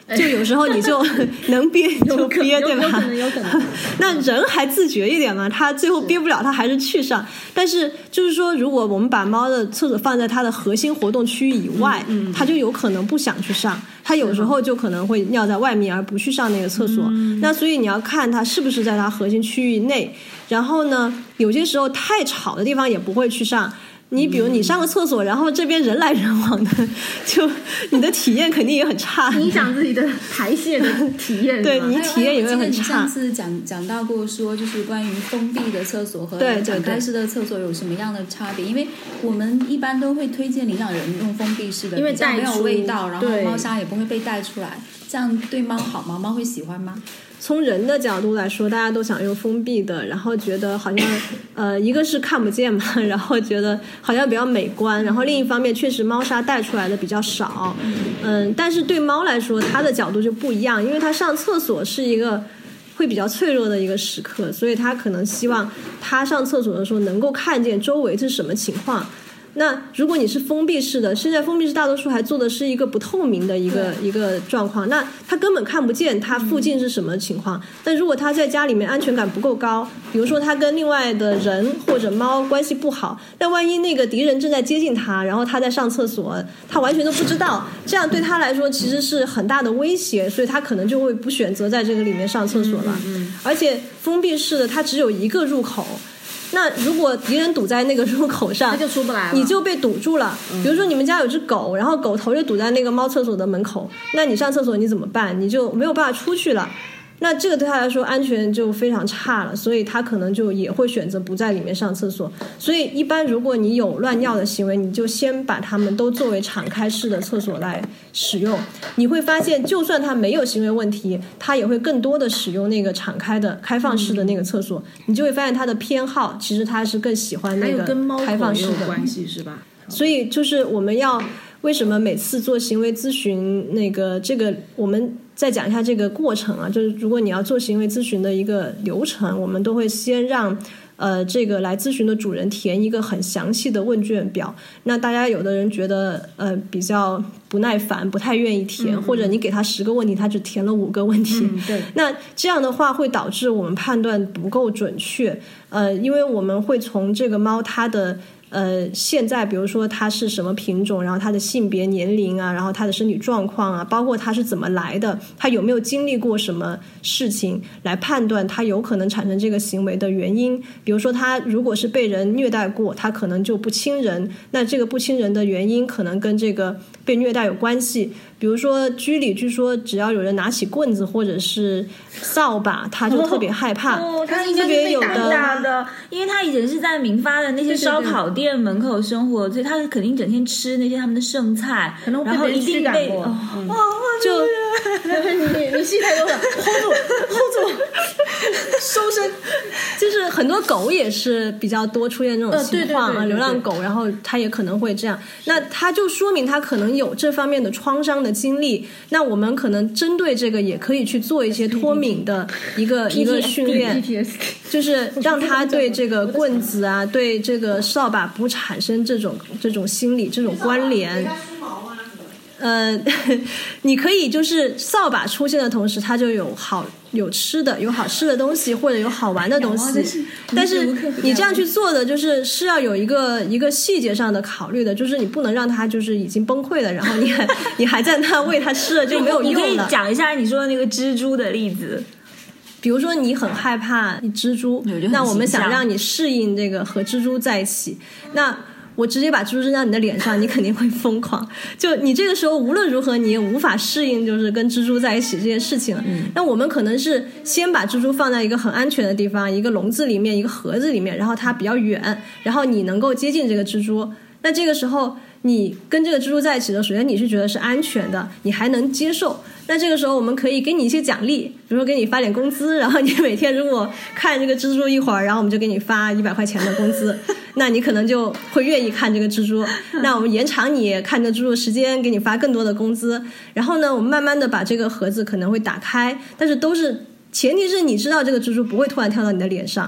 就有时候你就能憋就憋，对吧？ 有可能，有可能。 那人还自觉一点嘛，他最后憋不了，他还是去上。但是就是说，如果我们把猫的厕所放在它的核心活动区域以外，嗯嗯、它就有可能不想去上，它有时候就可能会尿在外面而不去上那个厕所。嗯、那所以你要看它是不是在它核心区域内。然后呢，有些时候太吵的地方也不会去上。你比如你上个厕所，然后这边人来人往的，就你的体验肯定也很差， 影响自己的排泄的体验。 对，你体验也会很差。 你上次讲讲到过说，就是关于封闭的厕所和展开式的厕所有什么样的差别？因为我们一般都会推荐领养人用封闭式的， 因为比较没有味道，然后猫砂也不会被带出来，这样对猫好吗？猫会喜欢吗？ 从人的角度来说，大家都想用封闭的，然后觉得好像呃一个是看不见嘛，然后觉得好像比较美观，然后另一方面确实猫砂带出来的比较少，嗯，但是对猫来说它的角度就不一样，因为它上厕所是一个会比较脆弱的一个时刻，所以它可能希望它上厕所的时候能够看见周围是什么情况。那如果你是封闭式的，现在封闭式大多数还做的是一个不透明的一个一个状况，那他根本看不见它附近是什么情况。嗯、但如果他在家里面安全感不够高，比如说他跟另外的人或者猫关系不好，那万一那个敌人正在接近他，然后他在上厕所，他完全都不知道，这样对他来说其实是很大的威胁，所以他可能就会不选择在这个里面上厕所了。嗯嗯、而且封闭式的它只有一个入口。那如果敌人堵在那个入口上， 他就出不来了， 你就被堵住了。嗯、比如说你们家有只狗，然后狗头就堵在那个猫厕所的门口，那你上厕所你怎么办？你就没有办法出去了。那这个对他来说安全就非常差了，所以他可能就也会选择不在里面上厕所。所以一般如果你有乱尿的行为，你就先把它们都作为敞开式的厕所来使用。你会发现就算他没有行为问题，他也会更多的使用那个敞开的开放式的那个厕所。嗯、你就会发现他的偏好其实他是更喜欢那个开放式的， 还有跟猫口也有关系是吧？ 所以就是我们要为什么每次做行为咨询，那个这个我们再讲一下这个过程啊，就是如果你要做行为咨询的一个流程，我们都会先让呃这个来咨询的主人填一个很详细的问卷表。那大家有的人觉得呃比较不耐烦，不太愿意填，嗯、或者你给他十个问题，他只填了五个问题。 嗯、对， 那这样的话会导致我们判断不够准确。呃，因为我们会从这个猫它的呃，现在比如说它是什么品种，然后它的性别、年龄啊，然后它的身体状况啊，包括它是怎么来的，它有没有经历过什么事情，来判断它有可能产生这个行为的原因。比如说它如果是被人虐待过，它可能就不亲人，那这个不亲人的原因可能跟这个被虐待有关系。比如说居里据说只要有人拿起棍子或者是扫把，他就特别害怕。 哦，他应该是被打的，因为他以前是在民发的那些烧烤店门口生活，所以他肯定整天吃那些他们的剩菜， 可能然后一定被哦， 嗯、 就你你戏太多了 ，hold 住 hold 住，收身。 就是很多狗也是比较多出现这种情况啊， 呃、对对对对对流浪狗，然后它也可能会这样。那它就说明它可能有这方面的创伤的经历。那我们可能针对这个也可以去做一些脱敏的一个一个训练，就是让它对这个棍子啊，对这个扫把不产生这种这种心理这种关联。呃，你可以就是扫把出现的同时，它就有好有吃的，有好吃的东西，或者有好玩的东西。但是你这样去做的，就是是要有一个一个细节上的考虑的，就是你不能让它就是已经崩溃了，然后你还你还在那喂它吃了就没有用了。 你可以讲一下你说的那个蜘蛛的例子。 比如说你很害怕蜘蛛，那我们想让你适应这个和蜘蛛在一起，那我直接把蜘蛛扔到你的脸上，你肯定会疯狂。就你这个时候无论如何你也无法适应就是跟蜘蛛在一起这件事情了。嗯、那我们可能是先把蜘蛛放在一个很安全的地方，一个笼子里面，一个盒子里面，然后它比较远，然后你能够接近这个蜘蛛。那这个时候你跟这个蜘蛛在一起的，首先你是觉得是安全的，你还能接受。那这个时候我们可以给你一些奖励，比如说给你发点工资，然后你每天如果看这个蜘蛛一会儿，然后我们就给你发一百块钱的工资，那你可能就会愿意看这个蜘蛛。那我们延长你看这蜘蛛的时间，给你发更多的工资。然后呢，我们慢慢的把这个盒子可能会打开，但是都是前提是你知道这个蜘蛛不会突然跳到你的脸上。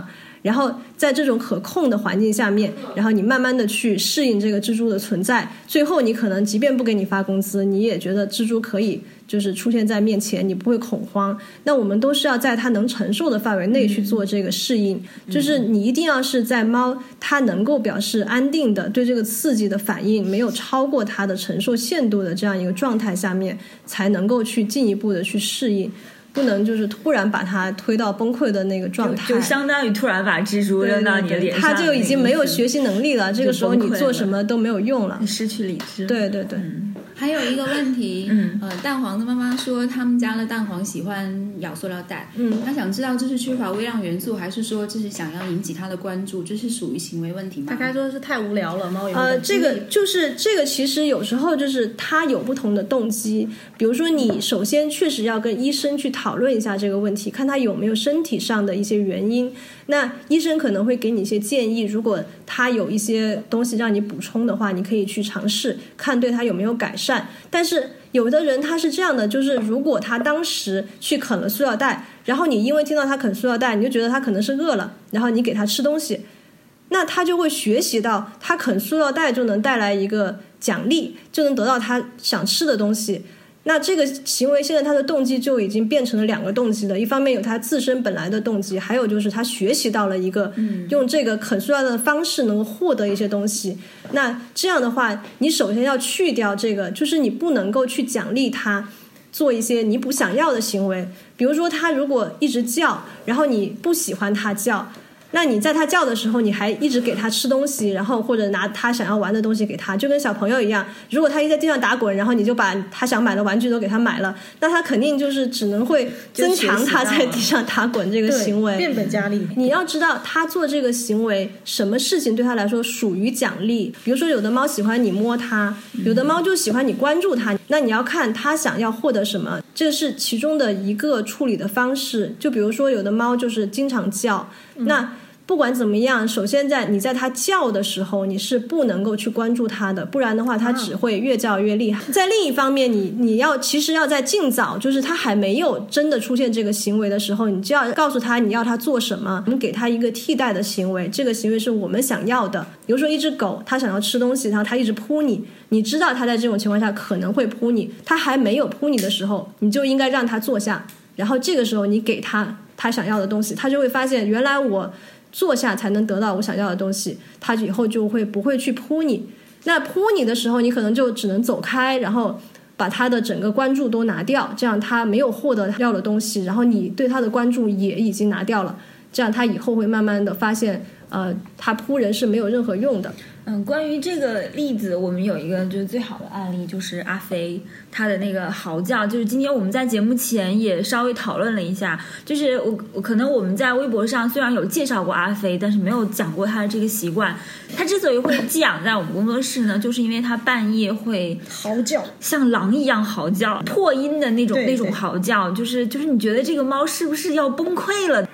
然后在这种可控的环境下面，然后你慢慢的去适应这个蜘蛛的存在，最后你可能即便不给你发工资，你也觉得蜘蛛可以就是出现在面前，你不会恐慌。那我们都是要在它能承受的范围内去做这个适应、嗯、就是你一定要是在猫它能够表示安定的对这个刺激的反应没有超过它的承受限度的这样一个状态下面，才能够去进一步的去适应，不能就是突然把它推到崩溃的那个状态， 就, 就相当于突然把蜘蛛扔到你的脸上， 它就已经没有学习能力了，这个时候你做什么都没有用了， 你失去理智。 对对对、嗯、 还有一个问题，嗯，呃，蛋黄的妈妈说他们家的蛋黄喜欢咬塑料袋，嗯，她想知道这是缺乏微量元素，还是说这是想要引起她的关注，这是属于行为问题吗？ 大概说是太无聊了，猫有呃，这个就是这个其实有时候就是它有不同的动机，比如说你首先确实要跟医生去讨论一下这个问题，看他有没有身体上的一些原因，那医生可能会给你一些建议，如果他有一些东西让你补充的话，你可以去尝试看对他有没有改善。但是有的人他是这样的，就是如果他当时去啃了塑料袋，然后你因为听到他啃塑料袋，你就觉得他可能是饿了，然后你给他吃东西，那他就会学习到他啃塑料袋就能带来一个奖励，就能得到他想吃的东西。那这个行为现在他的动机就已经变成了两个动机了，一方面有他自身本来的动机，还有就是他学习到了一个用这个啃塑料的方式能够获得一些东西。那这样的话你首先要去掉这个，就是你不能够去奖励他做一些你不想要的行为，比如说他如果一直叫，然后你不喜欢他叫，那你在他叫的时候你还一直给他吃东西，然后或者拿他想要玩的东西给他，就跟小朋友一样，如果他一在地上打滚，然后你就把他想买的玩具都给他买了，那他肯定就是只能会增强他在地上打滚这个行为， 变本加厉。 你要知道他做这个行为什么事情对他来说属于奖励，比如说有的猫喜欢你摸它，有的猫就喜欢你关注它，那你要看他想要获得什么，这是其中的一个处理的方式。就比如说有的猫就是经常叫、嗯、那不管怎么样，首先在你在它叫的时候你是不能够去关注它的，不然的话它只会越叫越厉害、啊、在另一方面你你要其实要在尽早，就是它还没有真的出现这个行为的时候，你就要告诉它你要它做什么，我们给它一个替代的行为，这个行为是我们想要的。比如说一只狗它想要吃东西，然后它一直扑你，你知道它在这种情况下可能会扑你，它还没有扑你的时候你就应该让它坐下，然后这个时候你给它它想要的东西，它就会发现原来我坐下才能得到我想要的东西，他以后就会不会去扑你。那扑你的时候你可能就只能走开，然后把他的整个关注都拿掉，这样他没有获得他要的东西，然后你对他的关注也已经拿掉了，这样他以后会慢慢的发现呃，他扑人是没有任何用的。 嗯，关于这个例子，我们有一个就是最好的案例，就是阿飞他的那个嚎叫，就是今天我们在节目前也稍微讨论了一下，就是我我可能我们在微博上虽然有介绍过阿飞，但是没有讲过他的这个习惯。他之所以会寄养在我们工作室呢，就是因为他半夜会嚎叫， 像狼一样嚎叫，破音的那种那种嚎叫，就是就是你觉得这个猫是不是要崩溃了？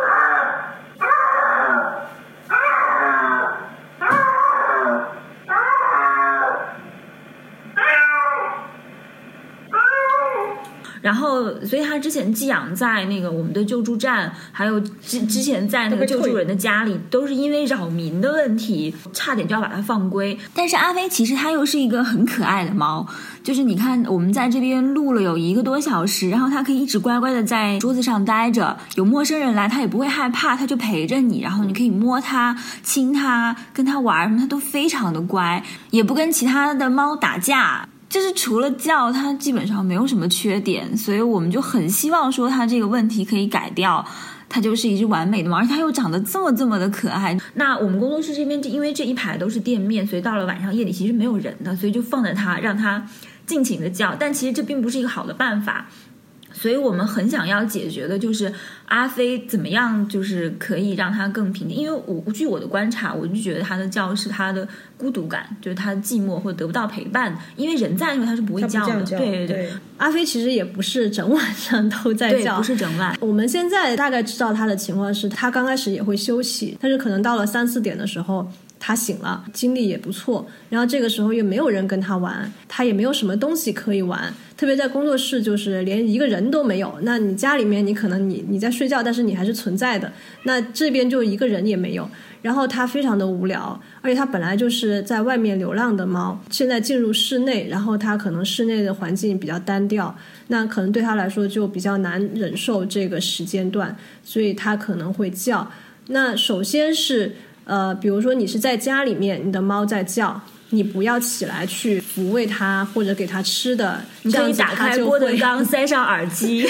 然后所以他之前寄养在那个我们的救助站，还有之之前在那个救助人的家里，都是因为扰民的问题，差点就要把它放归。但是阿飞其实它又是一个很可爱的猫，就是你看我们在这边录了有一个多小时，然后它可以一直乖乖的在桌子上待着，有陌生人来它也不会害怕，它就陪着你，然后你可以摸它亲它跟它玩什么，它都非常的乖，也不跟其他的猫打架，就是除了叫它基本上没有什么缺点，所以我们就很希望说它这个问题可以改掉，它就是一只完美的猫，而且它又长得这么这么的可爱。那我们工作室这边因为这一排都是店面，所以到了晚上夜里其实没有人的，所以就放着它让它尽情的叫，但其实这并不是一个好的办法。所以我们很想要解决的就是阿飞怎么样就是可以让它更平静，因为我据我的观察，我就觉得它的叫是它的孤独感，就是它寂寞或者得不到陪伴，因为人在的时候它是不会叫的。 叫对对 对, 对，阿飞其实也不是整晚上都在叫， 对，不是整晚。 我们现在大概知道他的情况是，他刚开始也会休息，但是可能到了三四点的时候他醒了，精力也不错，然后这个时候又没有人跟他玩，他也没有什么东西可以玩，特别在工作室就是连一个人都没有，那你家里面你可能你你在睡觉，但是你还是存在的，那这边就一个人也没有，然后他非常的无聊，而且他本来就是在外面流浪的猫，现在进入室内，然后他可能室内的环境比较单调，那可能对他来说就比较难忍受这个时间段，所以他可能会叫。那首先是呃，比如说你是在家里面，你的猫在叫，你不要起来去抚慰它或者给它吃的， 你可以打开郭德纲，塞上耳机。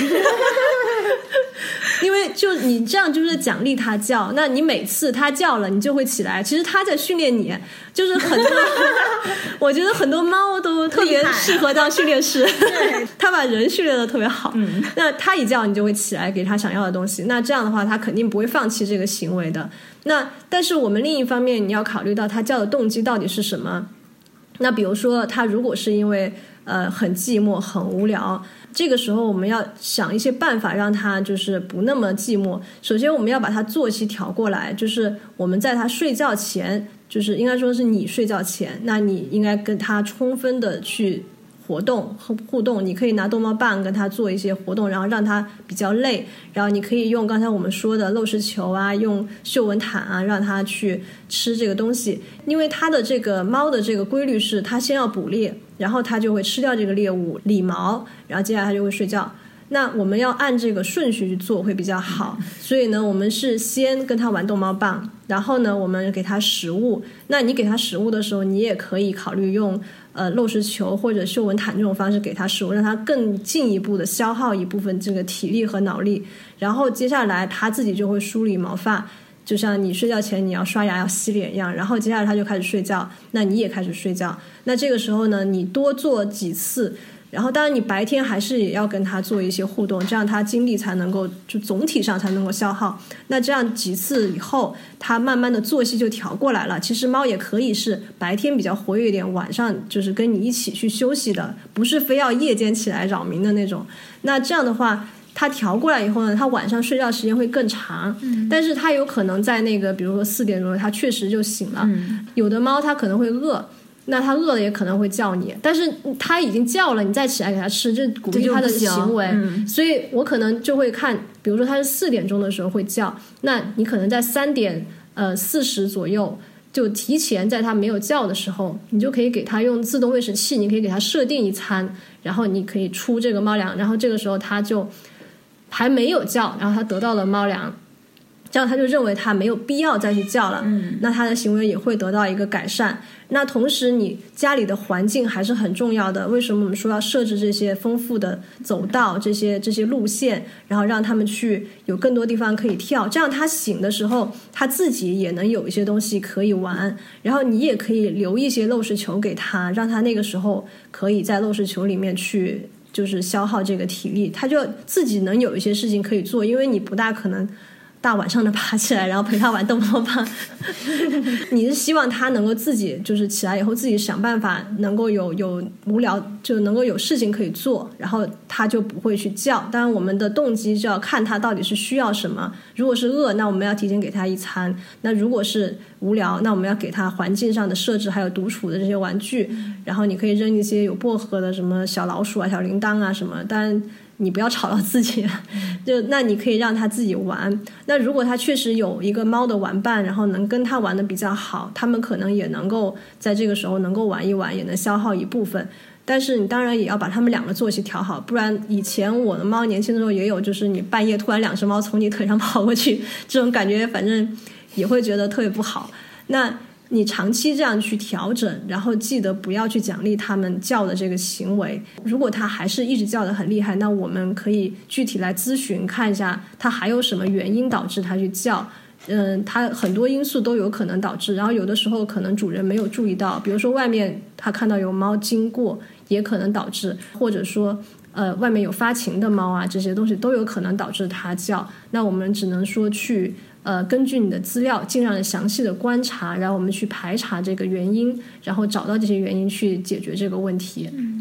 因为就你这样就是奖励它叫，那你每次它叫了你就会起来，其实它在训练你，就是很多我觉得很多猫都特别适合当训练师，它把人训练的特别好、嗯、那它一叫你就会起来给它想要的东西，那这样的话它肯定不会放弃这个行为的。那但是我们另一方面你要考虑到它叫的动机到底是什么，那比如说它如果是因为呃很寂寞很无聊，这个时候我们要想一些办法让他就是不那么寂寞。首先我们要把他作息调过来，就是我们在他睡觉前，就是应该说是你睡觉前，那你应该跟他充分的去活动和互动，你可以拿逗猫棒跟他做一些活动，然后让他比较累，然后你可以用刚才我们说的漏食球啊，用嗅闻毯啊，让他去吃这个东西。因为他的这个猫的这个规律是他先要捕猎，然后他就会吃掉这个猎物理毛，然后接下来他就会睡觉，那我们要按这个顺序去做会比较好。所以呢我们是先跟他玩逗猫棒，然后呢我们给他食物，那你给他食物的时候你也可以考虑用呃漏食球或者嗅闻毯这种方式给他食物，让他更进一步的消耗一部分这个体力和脑力，然后接下来他自己就会梳理毛发，就像你睡觉前你要刷牙要洗脸一样，然后接下来他就开始睡觉，那你也开始睡觉。那这个时候呢你多做几次，然后当然你白天还是也要跟他做一些互动，这样他精力才能够就总体上才能够消耗。那这样几次以后他慢慢的作息就调过来了。其实猫也可以是白天比较活跃一点，晚上就是跟你一起去休息的，不是非要夜间起来扰民的那种。那这样的话他调过来以后呢，他晚上睡觉时间会更长、嗯、但是他有可能在那个比如说四点钟他确实就醒了、嗯、有的猫它可能会饿，那他饿了也可能会叫你，但是他已经叫了你再起来给他吃，这鼓励他的行为、嗯、所以我可能就会看，比如说他是四点钟的时候会叫，那你可能在三点呃四十左右就提前在他没有叫的时候，你就可以给他用自动喂食器，你可以给他设定一餐，然后你可以出这个猫粮，然后这个时候他就还没有叫，然后他得到了猫粮，这样他就认为他没有必要再去叫了、嗯、那他的行为也会得到一个改善。那同时你家里的环境还是很重要的，为什么我们说要设置这些丰富的走道，这些这些路线，然后让他们去有更多地方可以跳，这样他醒的时候他自己也能有一些东西可以玩，然后你也可以留一些漏食球给他，让他那个时候可以在漏食球里面去就是消耗这个体力，他就自己能有一些事情可以做，因为你不大可能大晚上的爬起来然后陪他玩逗猫棒你是希望他能够自己就是起来以后自己想办法能够有有无聊就能够有事情可以做，然后他就不会去叫。当然我们的动机就要看他到底是需要什么，如果是饿那我们要提前给他一餐，那如果是无聊那我们要给他环境上的设置还有独处的这些玩具，然后你可以扔一些有薄荷的什么小老鼠啊小铃铛啊什么，当然你不要吵到自己就那你可以让他自己玩。那如果他确实有一个猫的玩伴，然后能跟他玩的比较好，他们可能也能够在这个时候能够玩一玩，也能消耗一部分，但是你当然也要把他们两个作息调好，不然以前我的猫年轻的时候也有，就是你半夜突然两只猫从你腿上跑过去，这种感觉反正也会觉得特别不好。那你长期这样去调整，然后记得不要去奖励他们叫的这个行为，如果他还是一直叫得很厉害，那我们可以具体来咨询看一下他还有什么原因导致他去叫。嗯，他很多因素都有可能导致，然后有的时候可能主人没有注意到，比如说外面他看到有猫经过也可能导致，或者说呃外面有发情的猫啊，这些东西都有可能导致它叫。那我们只能说去呃根据你的资料尽量的详细的观察，然后我们去排查这个原因，然后找到这些原因去解决这个问题。 嗯，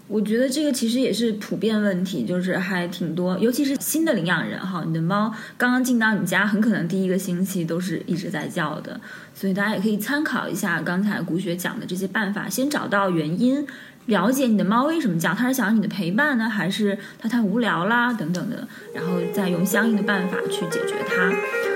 我觉得这个其实也是普遍问题，就是还挺多，尤其是新的领养人哈，你的猫刚刚进到你家，很可能第一个星期都是一直在叫的，所以大家也可以参考一下刚才古雪讲的这些办法，先找到原因，了解你的猫为什么叫，它是想要你的陪伴呢，还是它太无聊啦等等的，然后再用相应的办法去解决它。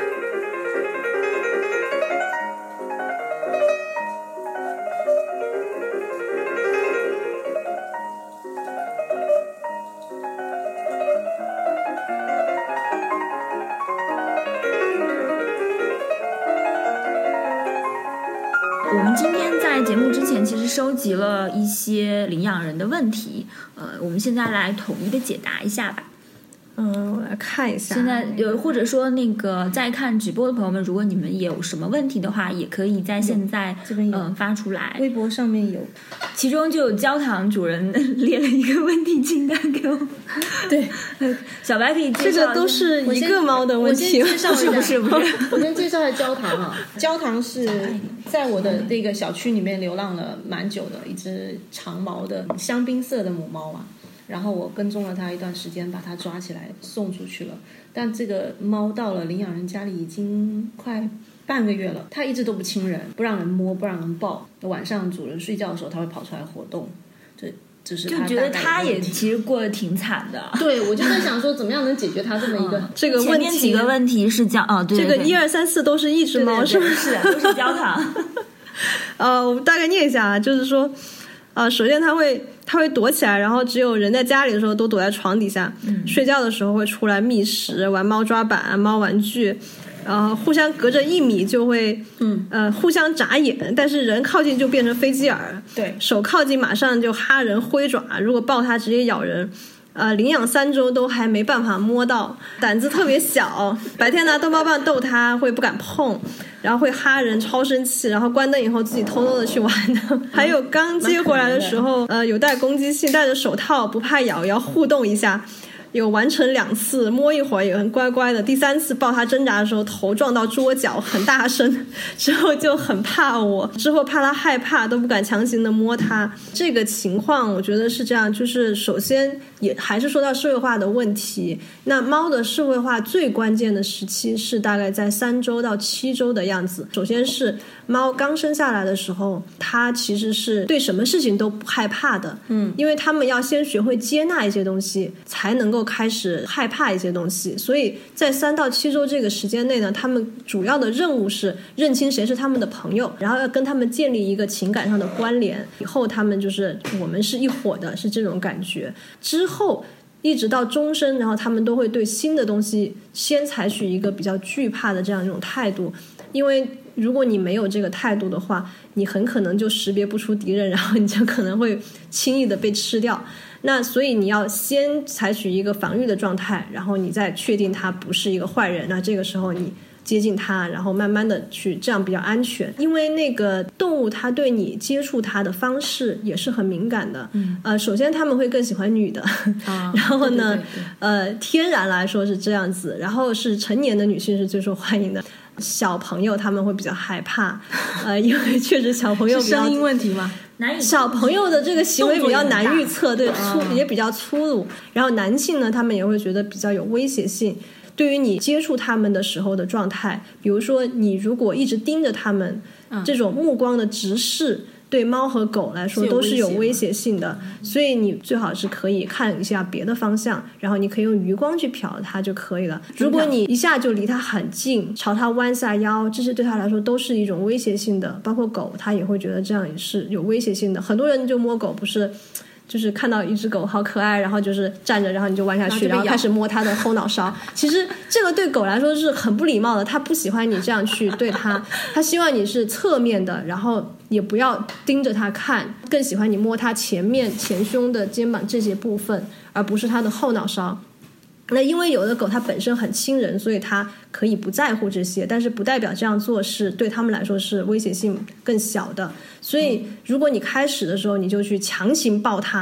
我们今天在节目之前其实收集了一些领养人的问题，呃，我们现在来统一的解答一下吧。 嗯，我来看一下。 现在有或者说那个在看直播的朋友们，如果你们也有什么问题的话，也可以在现在这边有、 呃、发出来。 微博上面有， 其中就有焦糖主人列了一个问题清单给我。 对， 小白可以介绍。 这个都是一个猫的问题， 我先介绍一下， 不是不是不是。 我先介绍一下焦糖啊，焦糖是在我的那个小区里面流浪了蛮久的一只长毛的香槟色的母猫啊。然后我跟踪了它一段时间，把它抓起来送出去了。但这个猫到了领养人家里已经快半个月了，它一直都不亲人，不让人摸，不让人抱。晚上主人睡觉的时候，它会跑出来活动。这只是它就觉得它也其实过得挺惨的。 对，我就在想说，怎么样能解决它这么一个、嗯、 这个问题？ 前面几个问题是焦哦，对对对， 这个一二三四都是一只猫，是不是？都是焦糖。 呃，我大概念一下啊，就是说。呃，首先它会它会躲起来，然后只有人在家里的时候都躲在床底下， 嗯、 睡觉的时候会出来觅食、玩猫抓板、猫玩具，然后互相隔着一米就会， 嗯呃，互相眨眼，但是人靠近就变成飞机耳， 对， 手靠近马上就哈人挥爪，如果抱它直接咬人。呃，领养三周都还没办法摸到，胆子特别小，白天拿逗猫棒逗它会不敢碰，然后会哈人，超生气，然后关灯以后自己偷偷的去玩的。还有刚接回来的时候，呃，有带攻击性，戴着手套，不怕咬，也要互动一下。有完成两次，摸一会儿也很乖乖的。第三次抱它挣扎的时候，头撞到桌角，很大声，之后就很怕我，之后怕它害怕，都不敢强行的摸它。这个情况我觉得是这样，就是首先也还是说到社会化的问题。那猫的社会化最关键的时期是大概在三周到七周的样子。首先是猫刚生下来的时候，它其实是对什么事情都不害怕的， 嗯， 因为它们要先学会接纳一些东西，才能够开始害怕一些东西。所以在三到七周这个时间内呢，他们主要的任务是认清谁是他们的朋友，然后要跟他们建立一个情感上的关联，以后他们就是我们是一伙的，是这种感觉。之后一直到终身，然后他们都会对新的东西先采取一个比较惧怕的这样一种态度，因为如果你没有这个态度的话，你很可能就识别不出敌人，然后你就可能会轻易的被吃掉。那所以你要先采取一个防御的状态，然后你再确定他不是一个坏人，那这个时候你接近它，然后慢慢的去，这样比较安全。因为那个动物它对你接触它的方式也是很敏感的， 嗯， 呃，首先他们会更喜欢女的， 啊、 然后呢， 对对对对呃，天然来说是这样子，然后是成年的女性是最受欢迎的。小朋友他们会比较害怕，呃，因为确实小朋友比较声音问题吗？ 小朋友的这个行为比较难预测，对，粗也比较粗鲁。然后男性呢，他们也会觉得比较有威胁性。对于你接触他们的时候的状态，比如说你如果一直盯着他们， 嗯、 这种目光的直视，对猫和狗来说都是有威胁性的，所以你最好是可以看一下别的方向，然后你可以用余光去瞟它就可以了。如果你一下就离它很近，朝它弯下腰，这些对它来说都是一种威胁性的，包括狗它也会觉得这样也是有威胁性的。很多人就摸狗不是就是看到一只狗好可爱，然后就是站着，然后你就弯下去，然后开始摸它的后脑勺。其实这个对狗来说是很不礼貌的，它不喜欢你这样去对它，它希望你是侧面的，然后也不要盯着它看，更喜欢你摸它前面、前胸的肩膀这些部分，而不是它的后脑勺。那因为有的狗它本身很亲人，所以它可以不在乎这些，但是不代表这样做是对他们来说是威胁性更小的。所以如果你开始的时候你就去强行抱它，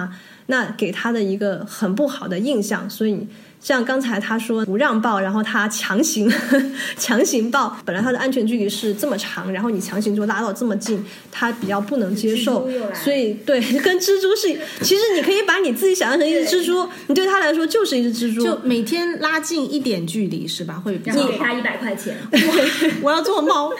那给他的一个很不好的印象。所以像刚才他说不让抱，然后他强行强行抱，本来他的安全距离是这么长，然后你强行就拉到这么近，他比较不能接受。所以对，跟蜘蛛是，其实你可以把你自己想象成一只蜘蛛，你对他来说就是一只蜘蛛。 就每天拉近一点距离是吧？会比较你给他一百块钱， 我, 我要做猫。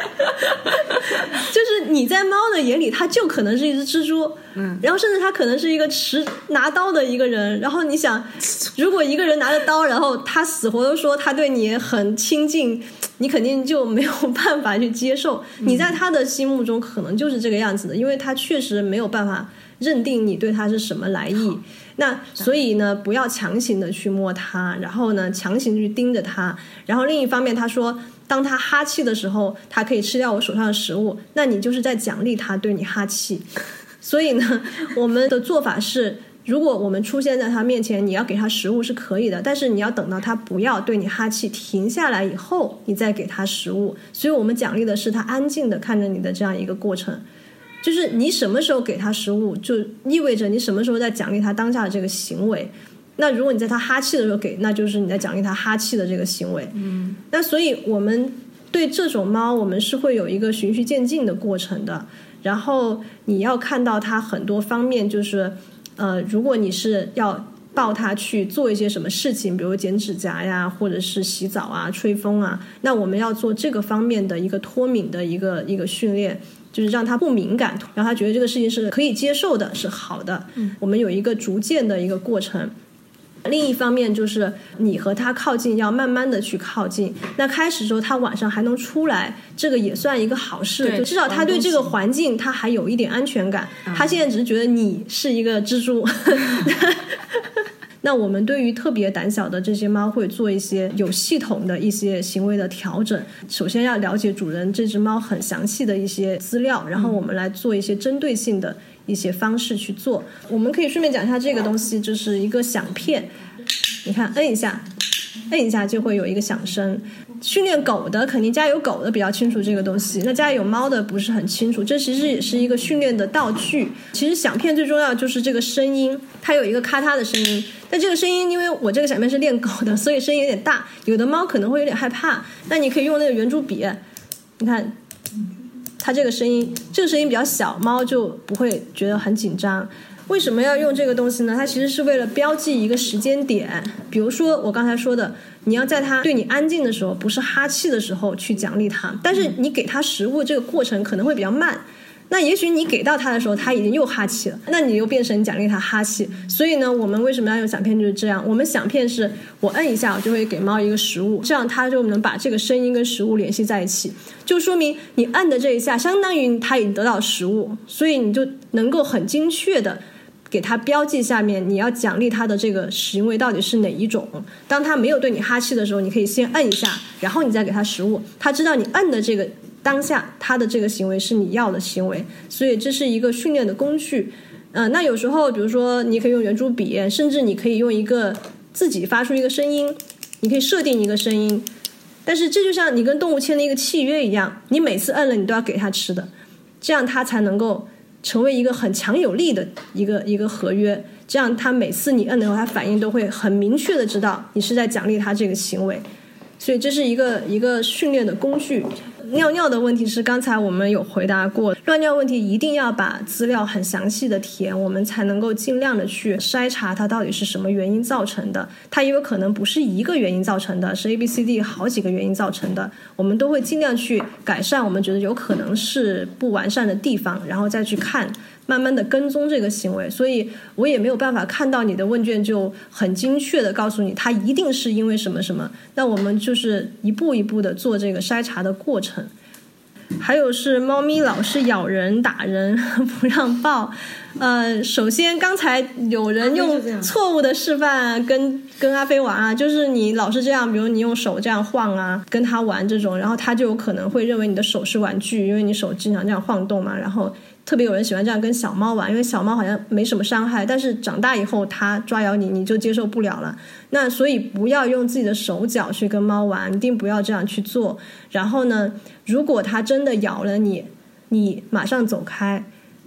就是你在猫的眼里，它就可能是一只蜘蛛，嗯，然后甚至它可能是一个持拿刀的一个人。然后你想，如果一个人拿着刀，然后他死活都说他对你很亲近，你肯定就没有办法去接受。你在他的心目中可能就是这个样子的，因为他确实没有办法认定你对他是什么来意。那所以呢，不要强行的去摸他，然后呢强行去盯着他。然后另一方面他说，当他哈气的时候，他可以吃掉我手上的食物，那你就是在奖励他对你哈气。所以呢，我们的做法是，如果我们出现在他面前，你要给他食物是可以的，但是你要等到他不要对你哈气停下来以后，你再给他食物。所以我们奖励的是他安静的看着你的这样一个过程。就是你什么时候给他食物，就意味着你什么时候在奖励他当下的这个行为。那如果你在他哈气的时候给，那就是你在奖励他哈气的这个行为。嗯，那所以我们对这种猫，我们是会有一个循序渐进的过程的。然后你要看到它很多方面，就是呃，如果你是要抱它去做一些什么事情，比如剪指甲呀，或者是洗澡啊、吹风啊，那我们要做这个方面的一个脱敏的一个一个训练，就是让他不敏感，让他觉得这个事情是可以接受的，是好的。嗯，我们有一个逐渐的一个过程。另一方面就是你和他靠近要慢慢的去靠近，那开始的时候他晚上还能出来，这个也算一个好事，就至少他对这个环境他还有一点安全感。他现在只是觉得你是一个蜘蛛。那我们对于特别胆小的这些猫会做一些有系统的一些行为的调整。首先要了解主人这只猫很详细的一些资料，然后我们来做一些针对性的一些方式去做。我们可以顺便讲一下这个东西，就是一个响片，你看摁一下摁一下就会有一个响声。训练狗的肯定家有狗的比较清楚这个东西，那家里有猫的不是很清楚，这其实也是一个训练的道具。其实响片最重要就是这个声音，它有一个咔嗒的声音，但这个声音因为我这个响片是练狗的，所以声音有点大，有的猫可能会有点害怕，那你可以用那个圆珠笔，你看它这个声音，这个声音比较小，猫就不会觉得很紧张。为什么要用这个东西呢？它其实是为了标记一个时间点，比如说我刚才说的，你要在它对你安静的时候，不是哈气的时候去奖励它，但是你给它食物这个过程可能会比较慢，那也许你给到它的时候它已经又哈气了，那你又变成奖励它哈气。所以呢，我们为什么要用响片就是这样，我们响片是我摁一下我就会给猫一个食物，这样它就能把这个声音跟食物联系在一起，就说明你摁的这一下相当于它已经得到食物，所以你就能够很精确的给它标记下面你要奖励它的这个行为到底是哪一种。当它没有对你哈气的时候，你可以先摁一下，然后你再给它食物，它知道你摁的这个当下它的这个行为是你要的行为，所以这是一个训练的工具。呃，那有时候比如说你可以用圆珠笔，甚至你可以用一个自己发出一个声音，你可以设定一个声音，但是这就像你跟动物签的一个契约一样，你每次摁了你都要给它吃的，这样它才能够成为一个很强有力的一个一个合约，这样他每次你摁的时候他反应都会很明确的知道你是在奖励他这个行为，所以这是一个一个训练的工具。尿尿的问题是刚才我们有回答过，乱尿问题一定要把资料很详细的填，我们才能够尽量的去筛查它到底是什么原因造成的，它也有可能不是一个原因造成的，是 A B C D 好几个原因造成的，我们都会尽量去改善我们觉得有可能是不完善的地方，然后再去看慢慢的跟踪这个行为。所以我也没有办法看到你的问卷就很精确的告诉你它一定是因为什么什么，那我们就是一步一步的做这个筛查的过程。还有是猫咪老是咬人打人不让抱，呃，首先刚才有人用错误的示范跟跟阿飞玩啊，就是你老是这样，比如你用手这样晃啊跟他玩这种，然后他就有可能会认为你的手是玩具，因为你手经常这样晃动嘛，然后特别有人喜欢这样跟小猫玩，因为小猫好像没什么伤害，但是长大以后它抓咬你你就接受不了了，那所以不要用自己的手脚去跟猫玩，一定不要这样去做。然后呢，如果它真的咬了你，你马上走开，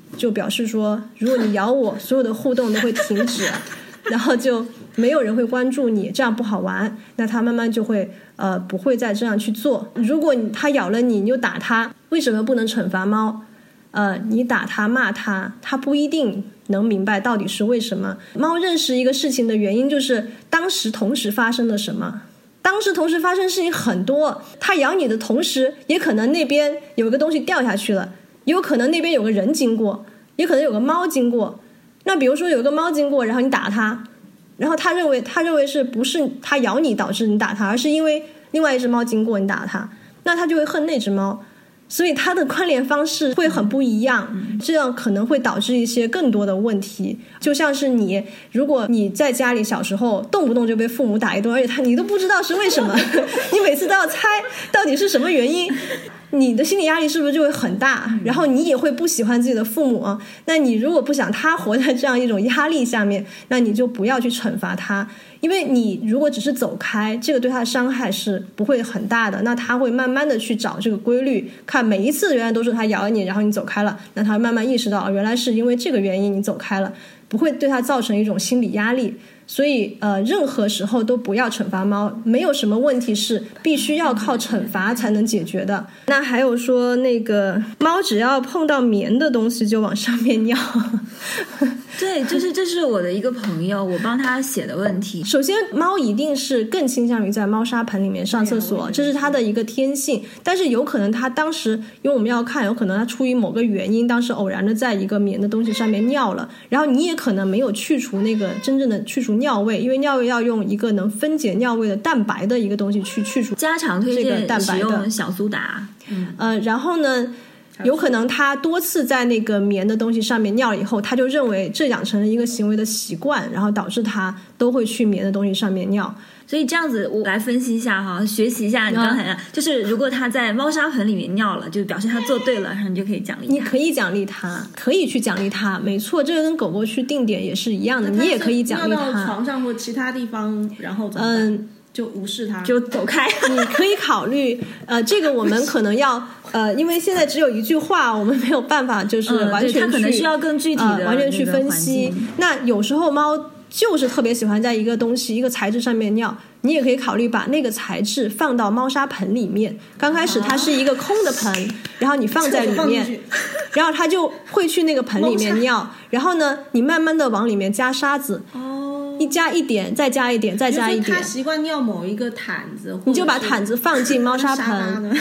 就表示说如果你咬我，所有的互动都会停止，然后就没有人会关注你，这样不好玩，那他慢慢就会呃不会再这样去做。如果你他咬了你，你就打他，为什么不能惩罚猫？呃，你打他骂他，他不一定能明白到底是为什么。猫认识一个事情的原因就是当时同时发生了什么。当时同时发生事情很多，它咬你的同时也可能那边有一个东西掉下去了，也有可能那边有个人经过，也可能有个猫经过。那比如说有个猫经过，然后你打它，然后他认为他认为是不是它咬你导致你打它，而是因为另外一只猫经过你打它，那他就会恨那只猫，所以它的关联方式会很不一样，这样可能会导致一些更多的问题。就像是你如果你在家里小时候动不动就被父母打一顿，而且他你都不知道是为什么你每次都要猜到底是什么原因，你的心理压力是不是就会很大，然后你也会不喜欢自己的父母。那你如果不想他活在这样一种压力下面，那你就不要去惩罚他，因为你如果只是走开，这个对他的伤害是不会很大的。那他会慢慢的去找这个规律，看每一次原来都是他咬你，然后你走开了，那他慢慢意识到原来是因为这个原因你走开了，不会对他造成一种心理压力。所以呃，任何时候都不要惩罚猫，没有什么问题是必须要靠惩罚才能解决的。那还有说那个猫只要碰到棉的东西就往上面尿对，就是这是我的一个朋友，我帮他写的问题。 首先猫一定是更倾向于在猫砂盆里面上厕所，这是它的一个天性，但是有可能它当时因为我们要看，有可能它出于某个原因当时偶然的在一个棉的东西上面尿了，然后你也可能没有去除那个真正的去除尿味，因为尿味要用一个能分解尿味的蛋白的一个东西去去除， 家常推荐使用小苏打。 嗯呃，然后呢有可能他多次在那个棉的东西上面尿了以后，他就认为这养成了一个行为的习惯，然后导致他都会去棉的东西上面尿。 所以这样子我来分析一下哈，学习一下你刚才、嗯、就是如果他在猫砂盆里面尿了，就表示他做对了，然后你就可以奖励他。 你可以奖励他，可以去奖励他，没错，这个跟狗狗去定点也是一样的，你也可以奖励他。 尿到床上或其他地方然后怎么办？嗯就无视它， 就走开。 你可以考虑，呃，这个我们可能要，呃，因为现在只有一句话，我们没有办法就是完全去， 嗯、它可能需要更具体的、 呃、完全去分析。那有时候猫就是特别喜欢在一个东西、一个材质上面尿，你也可以考虑把那个材质放到猫砂盆里面。刚开始它是一个空的盆，啊、然后你放在里面，然后它就会去那个盆里面尿，然后呢，你慢慢的往里面加沙子。哦。一加一点，再加一点，再加一点。 他习惯尿某一个毯子， 你就把毯子放进猫砂盆，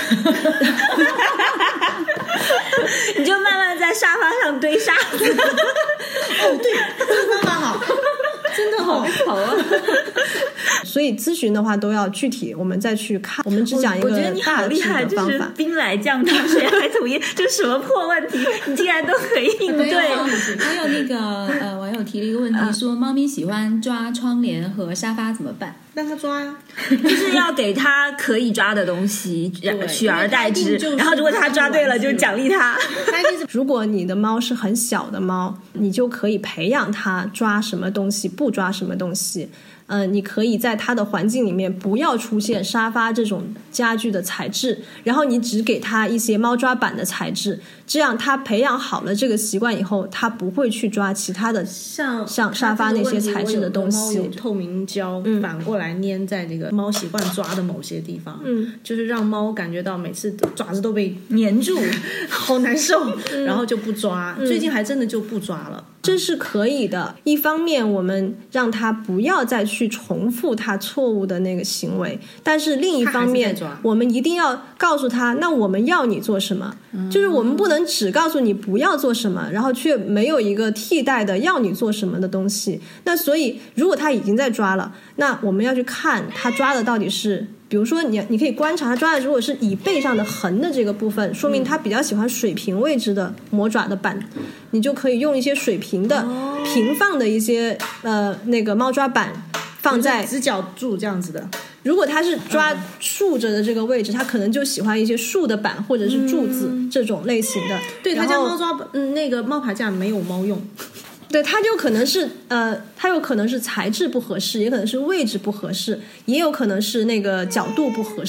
你就慢慢在沙发上堆沙子。 哦，对，这个方法好，真的好好啊。 所以咨询的话都要具体，我们再去看。我们只讲一个大致的方法。 我觉得你好厉害，就是兵来将挡，水来土掩，就什么破问题，你竟然都可以应对。 还有那个呃，网友提了一个问题，说猫咪喜欢抓窗帘和沙发怎么办？ 让它抓呀， 就是要给它可以抓的东西，取而代之。然后如果它抓对了，就奖励它。 如果你的猫是很小的猫，你就可以培养它抓什么东西，不抓什么东西。嗯、呃，你可以在它的环境里面不要出现沙发这种家具的材质，然后你只给它一些猫抓板的材质，这样它培养好了这个习惯以后，它不会去抓其他的像像沙发那些材质的东西。 有透明胶、嗯、反过来粘在这个猫习惯抓的某些地方，嗯，就是让猫感觉到每次爪子都被粘住， 好难受，嗯、然后就不抓、嗯。最近还真的就不抓了。 这是可以的，一方面我们让它不要再去重复它错误的那个行为，但是另一方面我们一定要告诉他，那我们要你做什么、嗯、就是我们不能只告诉你不要做什么，然后却没有一个替代的要你做什么的东西。那所以如果他已经在抓了，那我们要去看他抓的到底是，比如说你你可以观察他抓的如果是椅背上的横的这个部分，说明他比较喜欢水平位置的魔爪的板，你就可以用一些水平的、哦、平放的一些呃那个猫抓板放在直角柱这样子的。 如果他是抓竖着的这个位置、嗯、他可能就喜欢一些竖的板或者是柱子、嗯、这种类型的。 对，他家猫抓嗯那个猫爬架没有猫用。 对，它就可能是呃，它有可能是材质不合适，也可能是位置不合适，也有可能是那个角度不合适，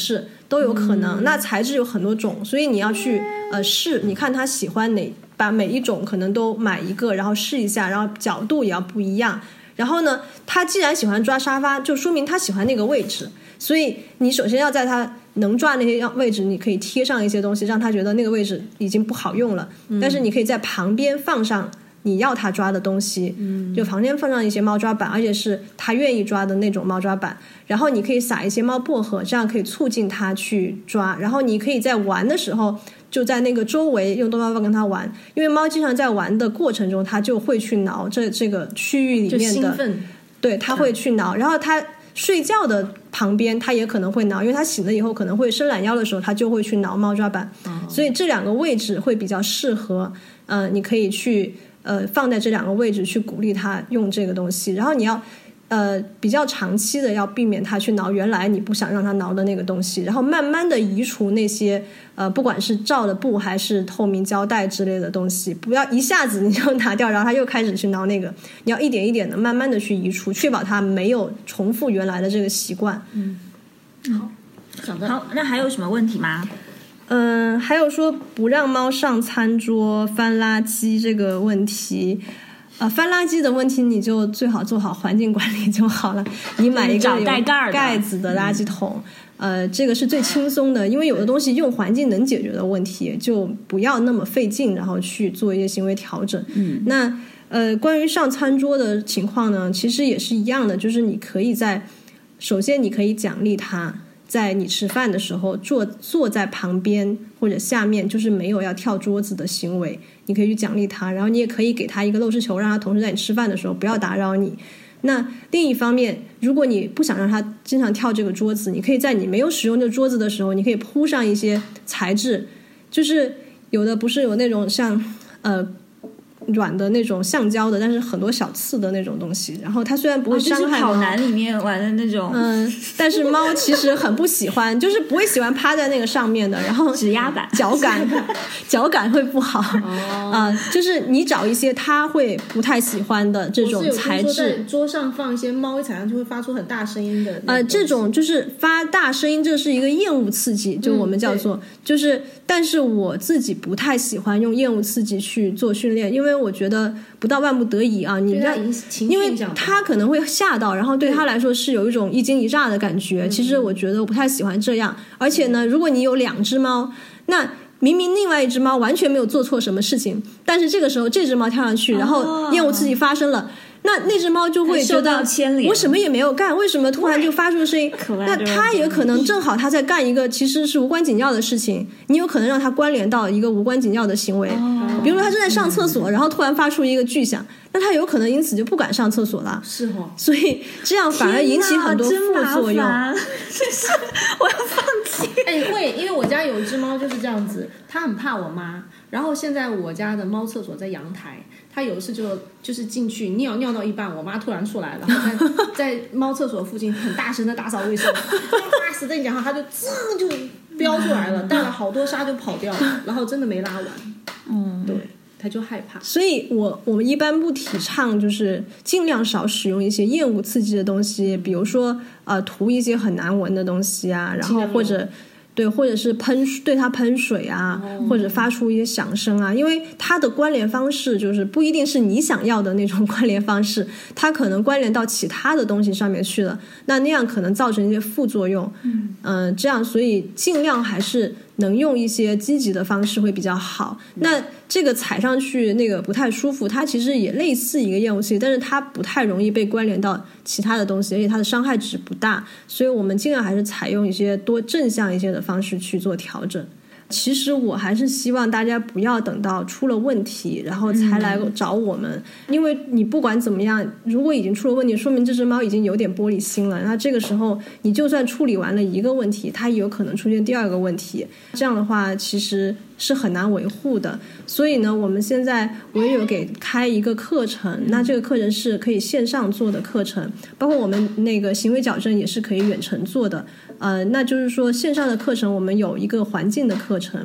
都有可能、嗯、那材质有很多种，所以你要去呃试，你看他喜欢哪，把每一种可能都买一个然后试一下，然后角度也要不一样，然后呢他既然喜欢抓沙发，就说明他喜欢那个位置，所以你首先要在他能抓那些位置你可以贴上一些东西，让他觉得那个位置已经不好用了、嗯、但是你可以在旁边放上你要他抓的东西、嗯、就房间放上一些猫抓板，而且是他愿意抓的那种猫抓板，然后你可以撒一些猫薄荷，这样可以促进他去抓，然后你可以在玩的时候就在那个周围用逗猫棒跟他玩，因为猫经常在玩的过程中它就会去挠这这个区域里面的， 就兴奋， 对，它会去挠，然后它睡觉的旁边它也可能会挠，因为它醒了以后可能会伸懒腰的时候它就会去挠猫抓板、哦、所以这两个位置会比较适合呃，你可以去呃放在这两个位置去鼓励它用这个东西，然后你要呃比较长期的要避免它去挠原来你不想让它挠的那个东西，然后慢慢的移除那些呃不管是罩的布还是透明胶带之类的东西，不要一下子你就拿掉，然后它又开始去挠那个，你要一点一点的慢慢的去移除，确保它没有重复原来的这个习惯。 嗯，好， 好，那还有什么问题吗？ 嗯，还有说不让猫上餐桌翻垃圾这个问题，呃，翻垃圾的问题你就最好做好环境管理就好了，你买一个有盖子的垃圾桶、嗯、呃，这个是最轻松的，因为有的东西用环境能解决的问题就不要那么费劲，然后去做一些行为调整。 嗯， 那呃，关于上餐桌的情况呢，其实也是一样的，就是你可以在首先你可以奖励他在你吃饭的时候坐坐在旁边或者下面，就是没有要跳桌子的行为，你可以去奖励他，然后你也可以给他一个漏矢球，让他同时在你吃饭的时候不要打扰你。那另一方面，如果你不想让他经常跳这个桌子，你可以在你没有使用这个桌子的时候，你可以铺上一些材质，就是有的不是有那种像呃软的那种橡胶的，但是很多小刺的那种东西，然后它虽然不会伤害猫、哦、就是跑男里面玩的那种， 嗯，但是猫其实很不喜欢，就是不会喜欢趴在那个上面的，然后指压板脚感脚感会不好啊、 哦呃，就是你找一些它会不太喜欢的这种材质， 在桌上放一些猫一踩上就会发出很大声音的呃，这种就是发大声音，这是一个厌恶刺激，就我们叫做、嗯、就是但是我自己不太喜欢用厌恶刺激去做训练，因为我觉得不到万不得已啊，你让因为他可能会吓到，然后对他来说是有一种一惊一乍的感觉、嗯、其实我觉得我不太喜欢这样，而且呢如果你有两只猫，那明明另外一只猫完全没有做错什么事情，但是这个时候这只猫跳上去，然后厌恶刺激发生了、哦，那那只猫就会觉得我什么也没有干，为什么突然就发出声音？那它也可能正好它在干一个其实是无关紧要的事情，你有可能让它关联到一个无关紧要的行为、哦、比如说它正在上厕所、嗯、然后突然发出一个巨响，那它有可能因此就不敢上厕所了。 是哦， 所以这样反而引起很多副作用。 就是我要放弃。 哎，会，因为我家有一只猫就是这样子，它很怕我妈，然后现在我家的猫厕所在阳台，他有一次就就是进去尿尿到一半，我妈突然出来，然后在在猫厕所附近很大声的打扫卫生，哇死在讲话，他就滋就飙出来了，带了好多沙就跑掉了，然后真的没拉完。 嗯， 对，他就害怕。 所以我我们一般不提倡就是尽量少使用一些厌恶刺激的东西，比如说呃涂一些很难闻的东西啊，然后或者对，或者是喷对它喷水啊、哦、或者发出一些响声啊，因为它的关联方式就是不一定是你想要的那种关联方式，它可能关联到其他的东西上面去了，那那样可能造成一些副作用。嗯、呃，这样所以尽量还是能用一些积极的方式会比较好。嗯、那这个踩上去那个不太舒服，它其实也类似一个厌恶刺激，但是它不太容易被关联到其他的东西，而且它的伤害值不大，所以我们尽量还是采用一些多正向一些的方式去做调整。其实我还是希望大家不要等到出了问题然后才来找我们、嗯、因为你不管怎么样，如果已经出了问题，说明这只猫已经有点玻璃心了，那这个时候你就算处理完了一个问题，它也有可能出现第二个问题，这样的话其实是很难维护的。所以呢，我们现在我也有给开一个课程，那这个课程是可以线上做的课程，包括我们那个行为矫正也是可以远程做的。呃，那就是说线上的课程我们有一个环境的课程，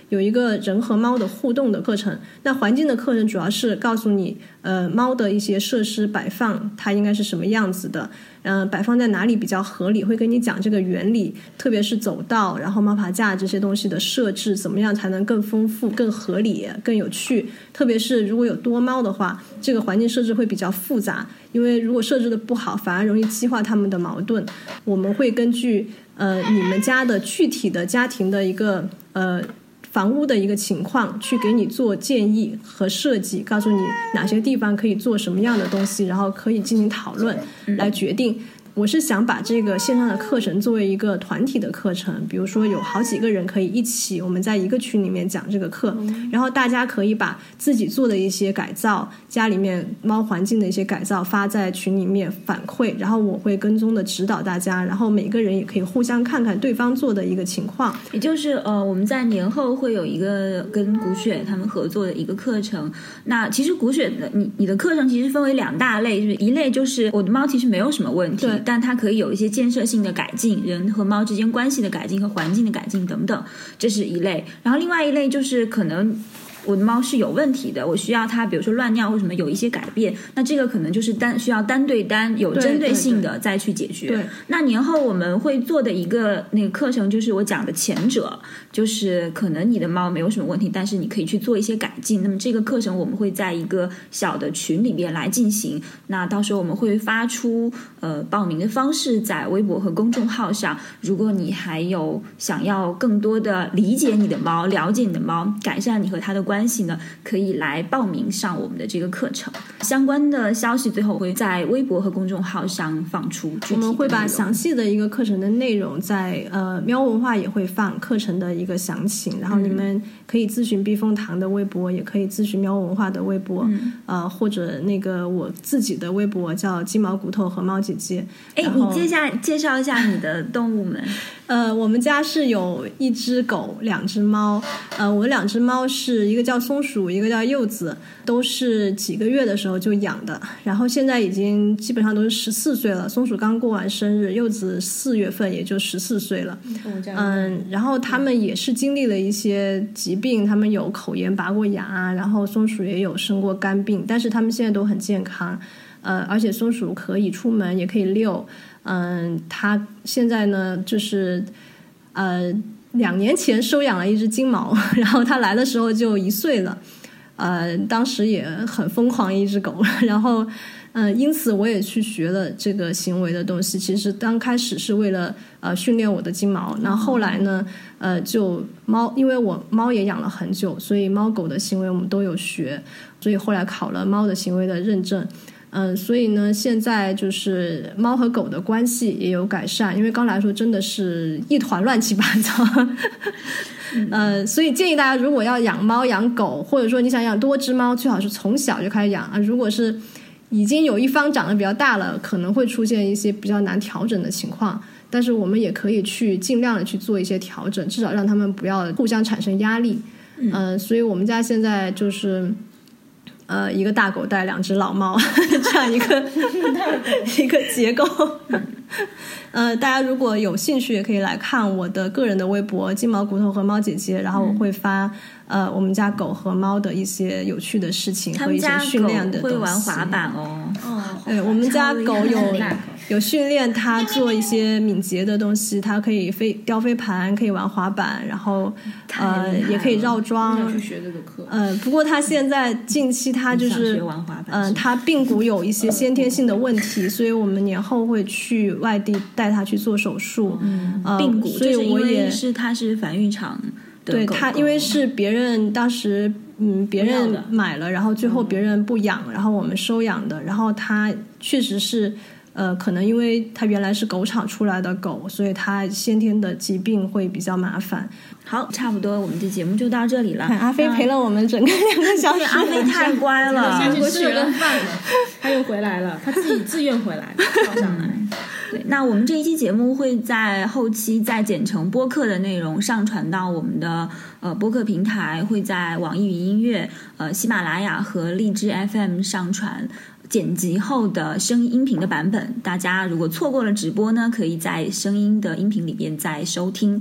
有一个人和猫的互动的课程。那环境的课程主要是告诉你呃猫的一些设施摆放它应该是什么样子的，呃摆放在哪里比较合理，会跟你讲这个原理，特别是走道然后猫爬架这些东西的设置怎么样才能更丰富更合理更有趣。特别是如果有多猫的话，这个环境设置会比较复杂，因为如果设置的不好反而容易激化他们的矛盾。我们会根据呃你们家的具体的家庭的一个呃房屋的一个情况去给你做建议和设计，告诉你哪些地方可以做什么样的东西，然后可以进行讨论来决定。我是想把这个线上的课程作为一个团体的课程，比如说有好几个人可以一起，我们在一个群里面讲这个课，然后大家可以把自己做的一些改造，家里面猫环境的一些改造发在群里面反馈，然后我会跟踪的指导大家，然后每个人也可以互相看看对方做的一个情况。 也就是呃，我们在年后会有一个跟古雪他们合作的一个课程。那其实古雪的你你的课程其实分为两大类，就是一类就是我的猫其实没有什么问题，但它可以有一些建设性的改进，人和猫之间关系的改进和环境的改进等等，这是一类。然后另外一类就是可能我的猫是有问题的，我需要它比如说乱尿或什么有一些改变，那这个可能就是单需要单对单有针对性的再去解决。 对对对， 那年后我们会做的一个那个课程就是我讲的前者，就是可能你的猫没有什么问题，但是你可以去做一些改进。那么这个课程我们会在一个小的群里边来进行，那到时候我们会发出呃报名的方式在微博和公众号上。如果你还有想要更多的理解你的猫，了解你的猫，改善你和它的关系关系呢，可以来报名上我们的这个课程。相关的消息最后会在微博和公众号上放出具体的内容。 我们会把详细的一个课程的内容在呃喵文化也会放课程的一个详情，然后你们可以咨询避风塘的微博，也可以咨询喵文化的微博，嗯、呃或者那个我自己的微博叫鸡毛骨头和猫姐姐。 哎，你介绍介绍一下你的动物们。 呃，我们家是有一只狗，两只猫。呃，我的两只猫是一个叫松鼠，一个叫柚子，都是几个月的时候就养的，然后现在已经基本上都是十四岁了。松鼠刚过完生日，柚子四月份也就十四岁了。嗯，然后他们也是经历了一些疾病，他们有口炎、拔过牙，然后松鼠也有生过肝病，但是他们现在都很健康。呃，而且松鼠可以出门，也可以遛。嗯，它现在呢，就是呃，两年前收养了一只金毛，然后它来的时候就一岁了，呃，当时也很疯狂一只狗，然后嗯、呃，因此我也去学了这个行为的东西。其实刚开始是为了呃训练我的金毛，那后来呢，呃，就猫，因为我猫也养了很久，所以猫狗的行为我们都有学，所以后来考了猫的行为的认证。嗯，所以呢，现在就是猫和狗的关系也有改善，因为刚来说真的是一团乱七八糟。呃，所以建议大家，如果要养猫养狗，或者说你想养多只猫，最好是从小就开始养啊。如果是已经有一方长得比较大了，可能会出现一些比较难调整的情况，但是我们也可以去尽量的去做一些调整，至少让他们不要互相产生压力。嗯、呃，所以我们家现在就是呃，一个大狗带两只老猫这样一个一个结构。呃，大家如果有兴趣，也可以来看我的个人的微博“金毛骨头和猫姐姐”，然后我会发呃我们家狗和猫的一些有趣的事情和一些训练的东西。 会玩滑板哦。 哦，对，我们家狗有有训练它做一些敏捷的东西，它可以飞吊飞盘，可以玩滑板，然后呃也可以绕桩。 去学这个课。 呃，不过它现在近期它就是嗯、呃，它髌骨有一些先天性的问题，所以我们年后会去外地带它去做手术。 嗯， 呃、 髌骨， 所以我也是它是繁育场的对狗狗， 它因为是别人当时嗯别人买了，然后最后别人不养，嗯、然后我们收养的，然后它确实是。呃，可能因为它原来是狗场出来的狗，所以它先天的疾病会比较麻烦。 好，差不多我们的节目就到这里了。 阿飞陪了我们整个两个小时， 阿飞太乖了， 下去吃了顿饭了，他又回来了，他自己自愿回来，跳上来。 对，那我们这一期节目会在后期再剪成播客的内容上传到我们的呃播客平台，会在网易云音乐、呃喜马拉雅和荔枝 F M 上传剪辑后的声音音频的版本。大家如果错过了直播呢，可以在声音的音频里边再收听。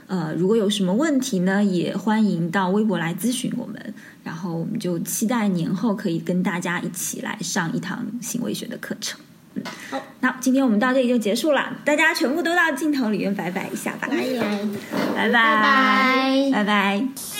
呃，如果有什么问题呢，也欢迎到微博来咨询我们，然后我们就期待年后可以跟大家一起来上一堂行为学的课程。嗯，好，那今天我们到这里就结束了，大家全部都到镜头里面摆摆一下吧， 来来， 拜拜， 拜拜， 拜拜。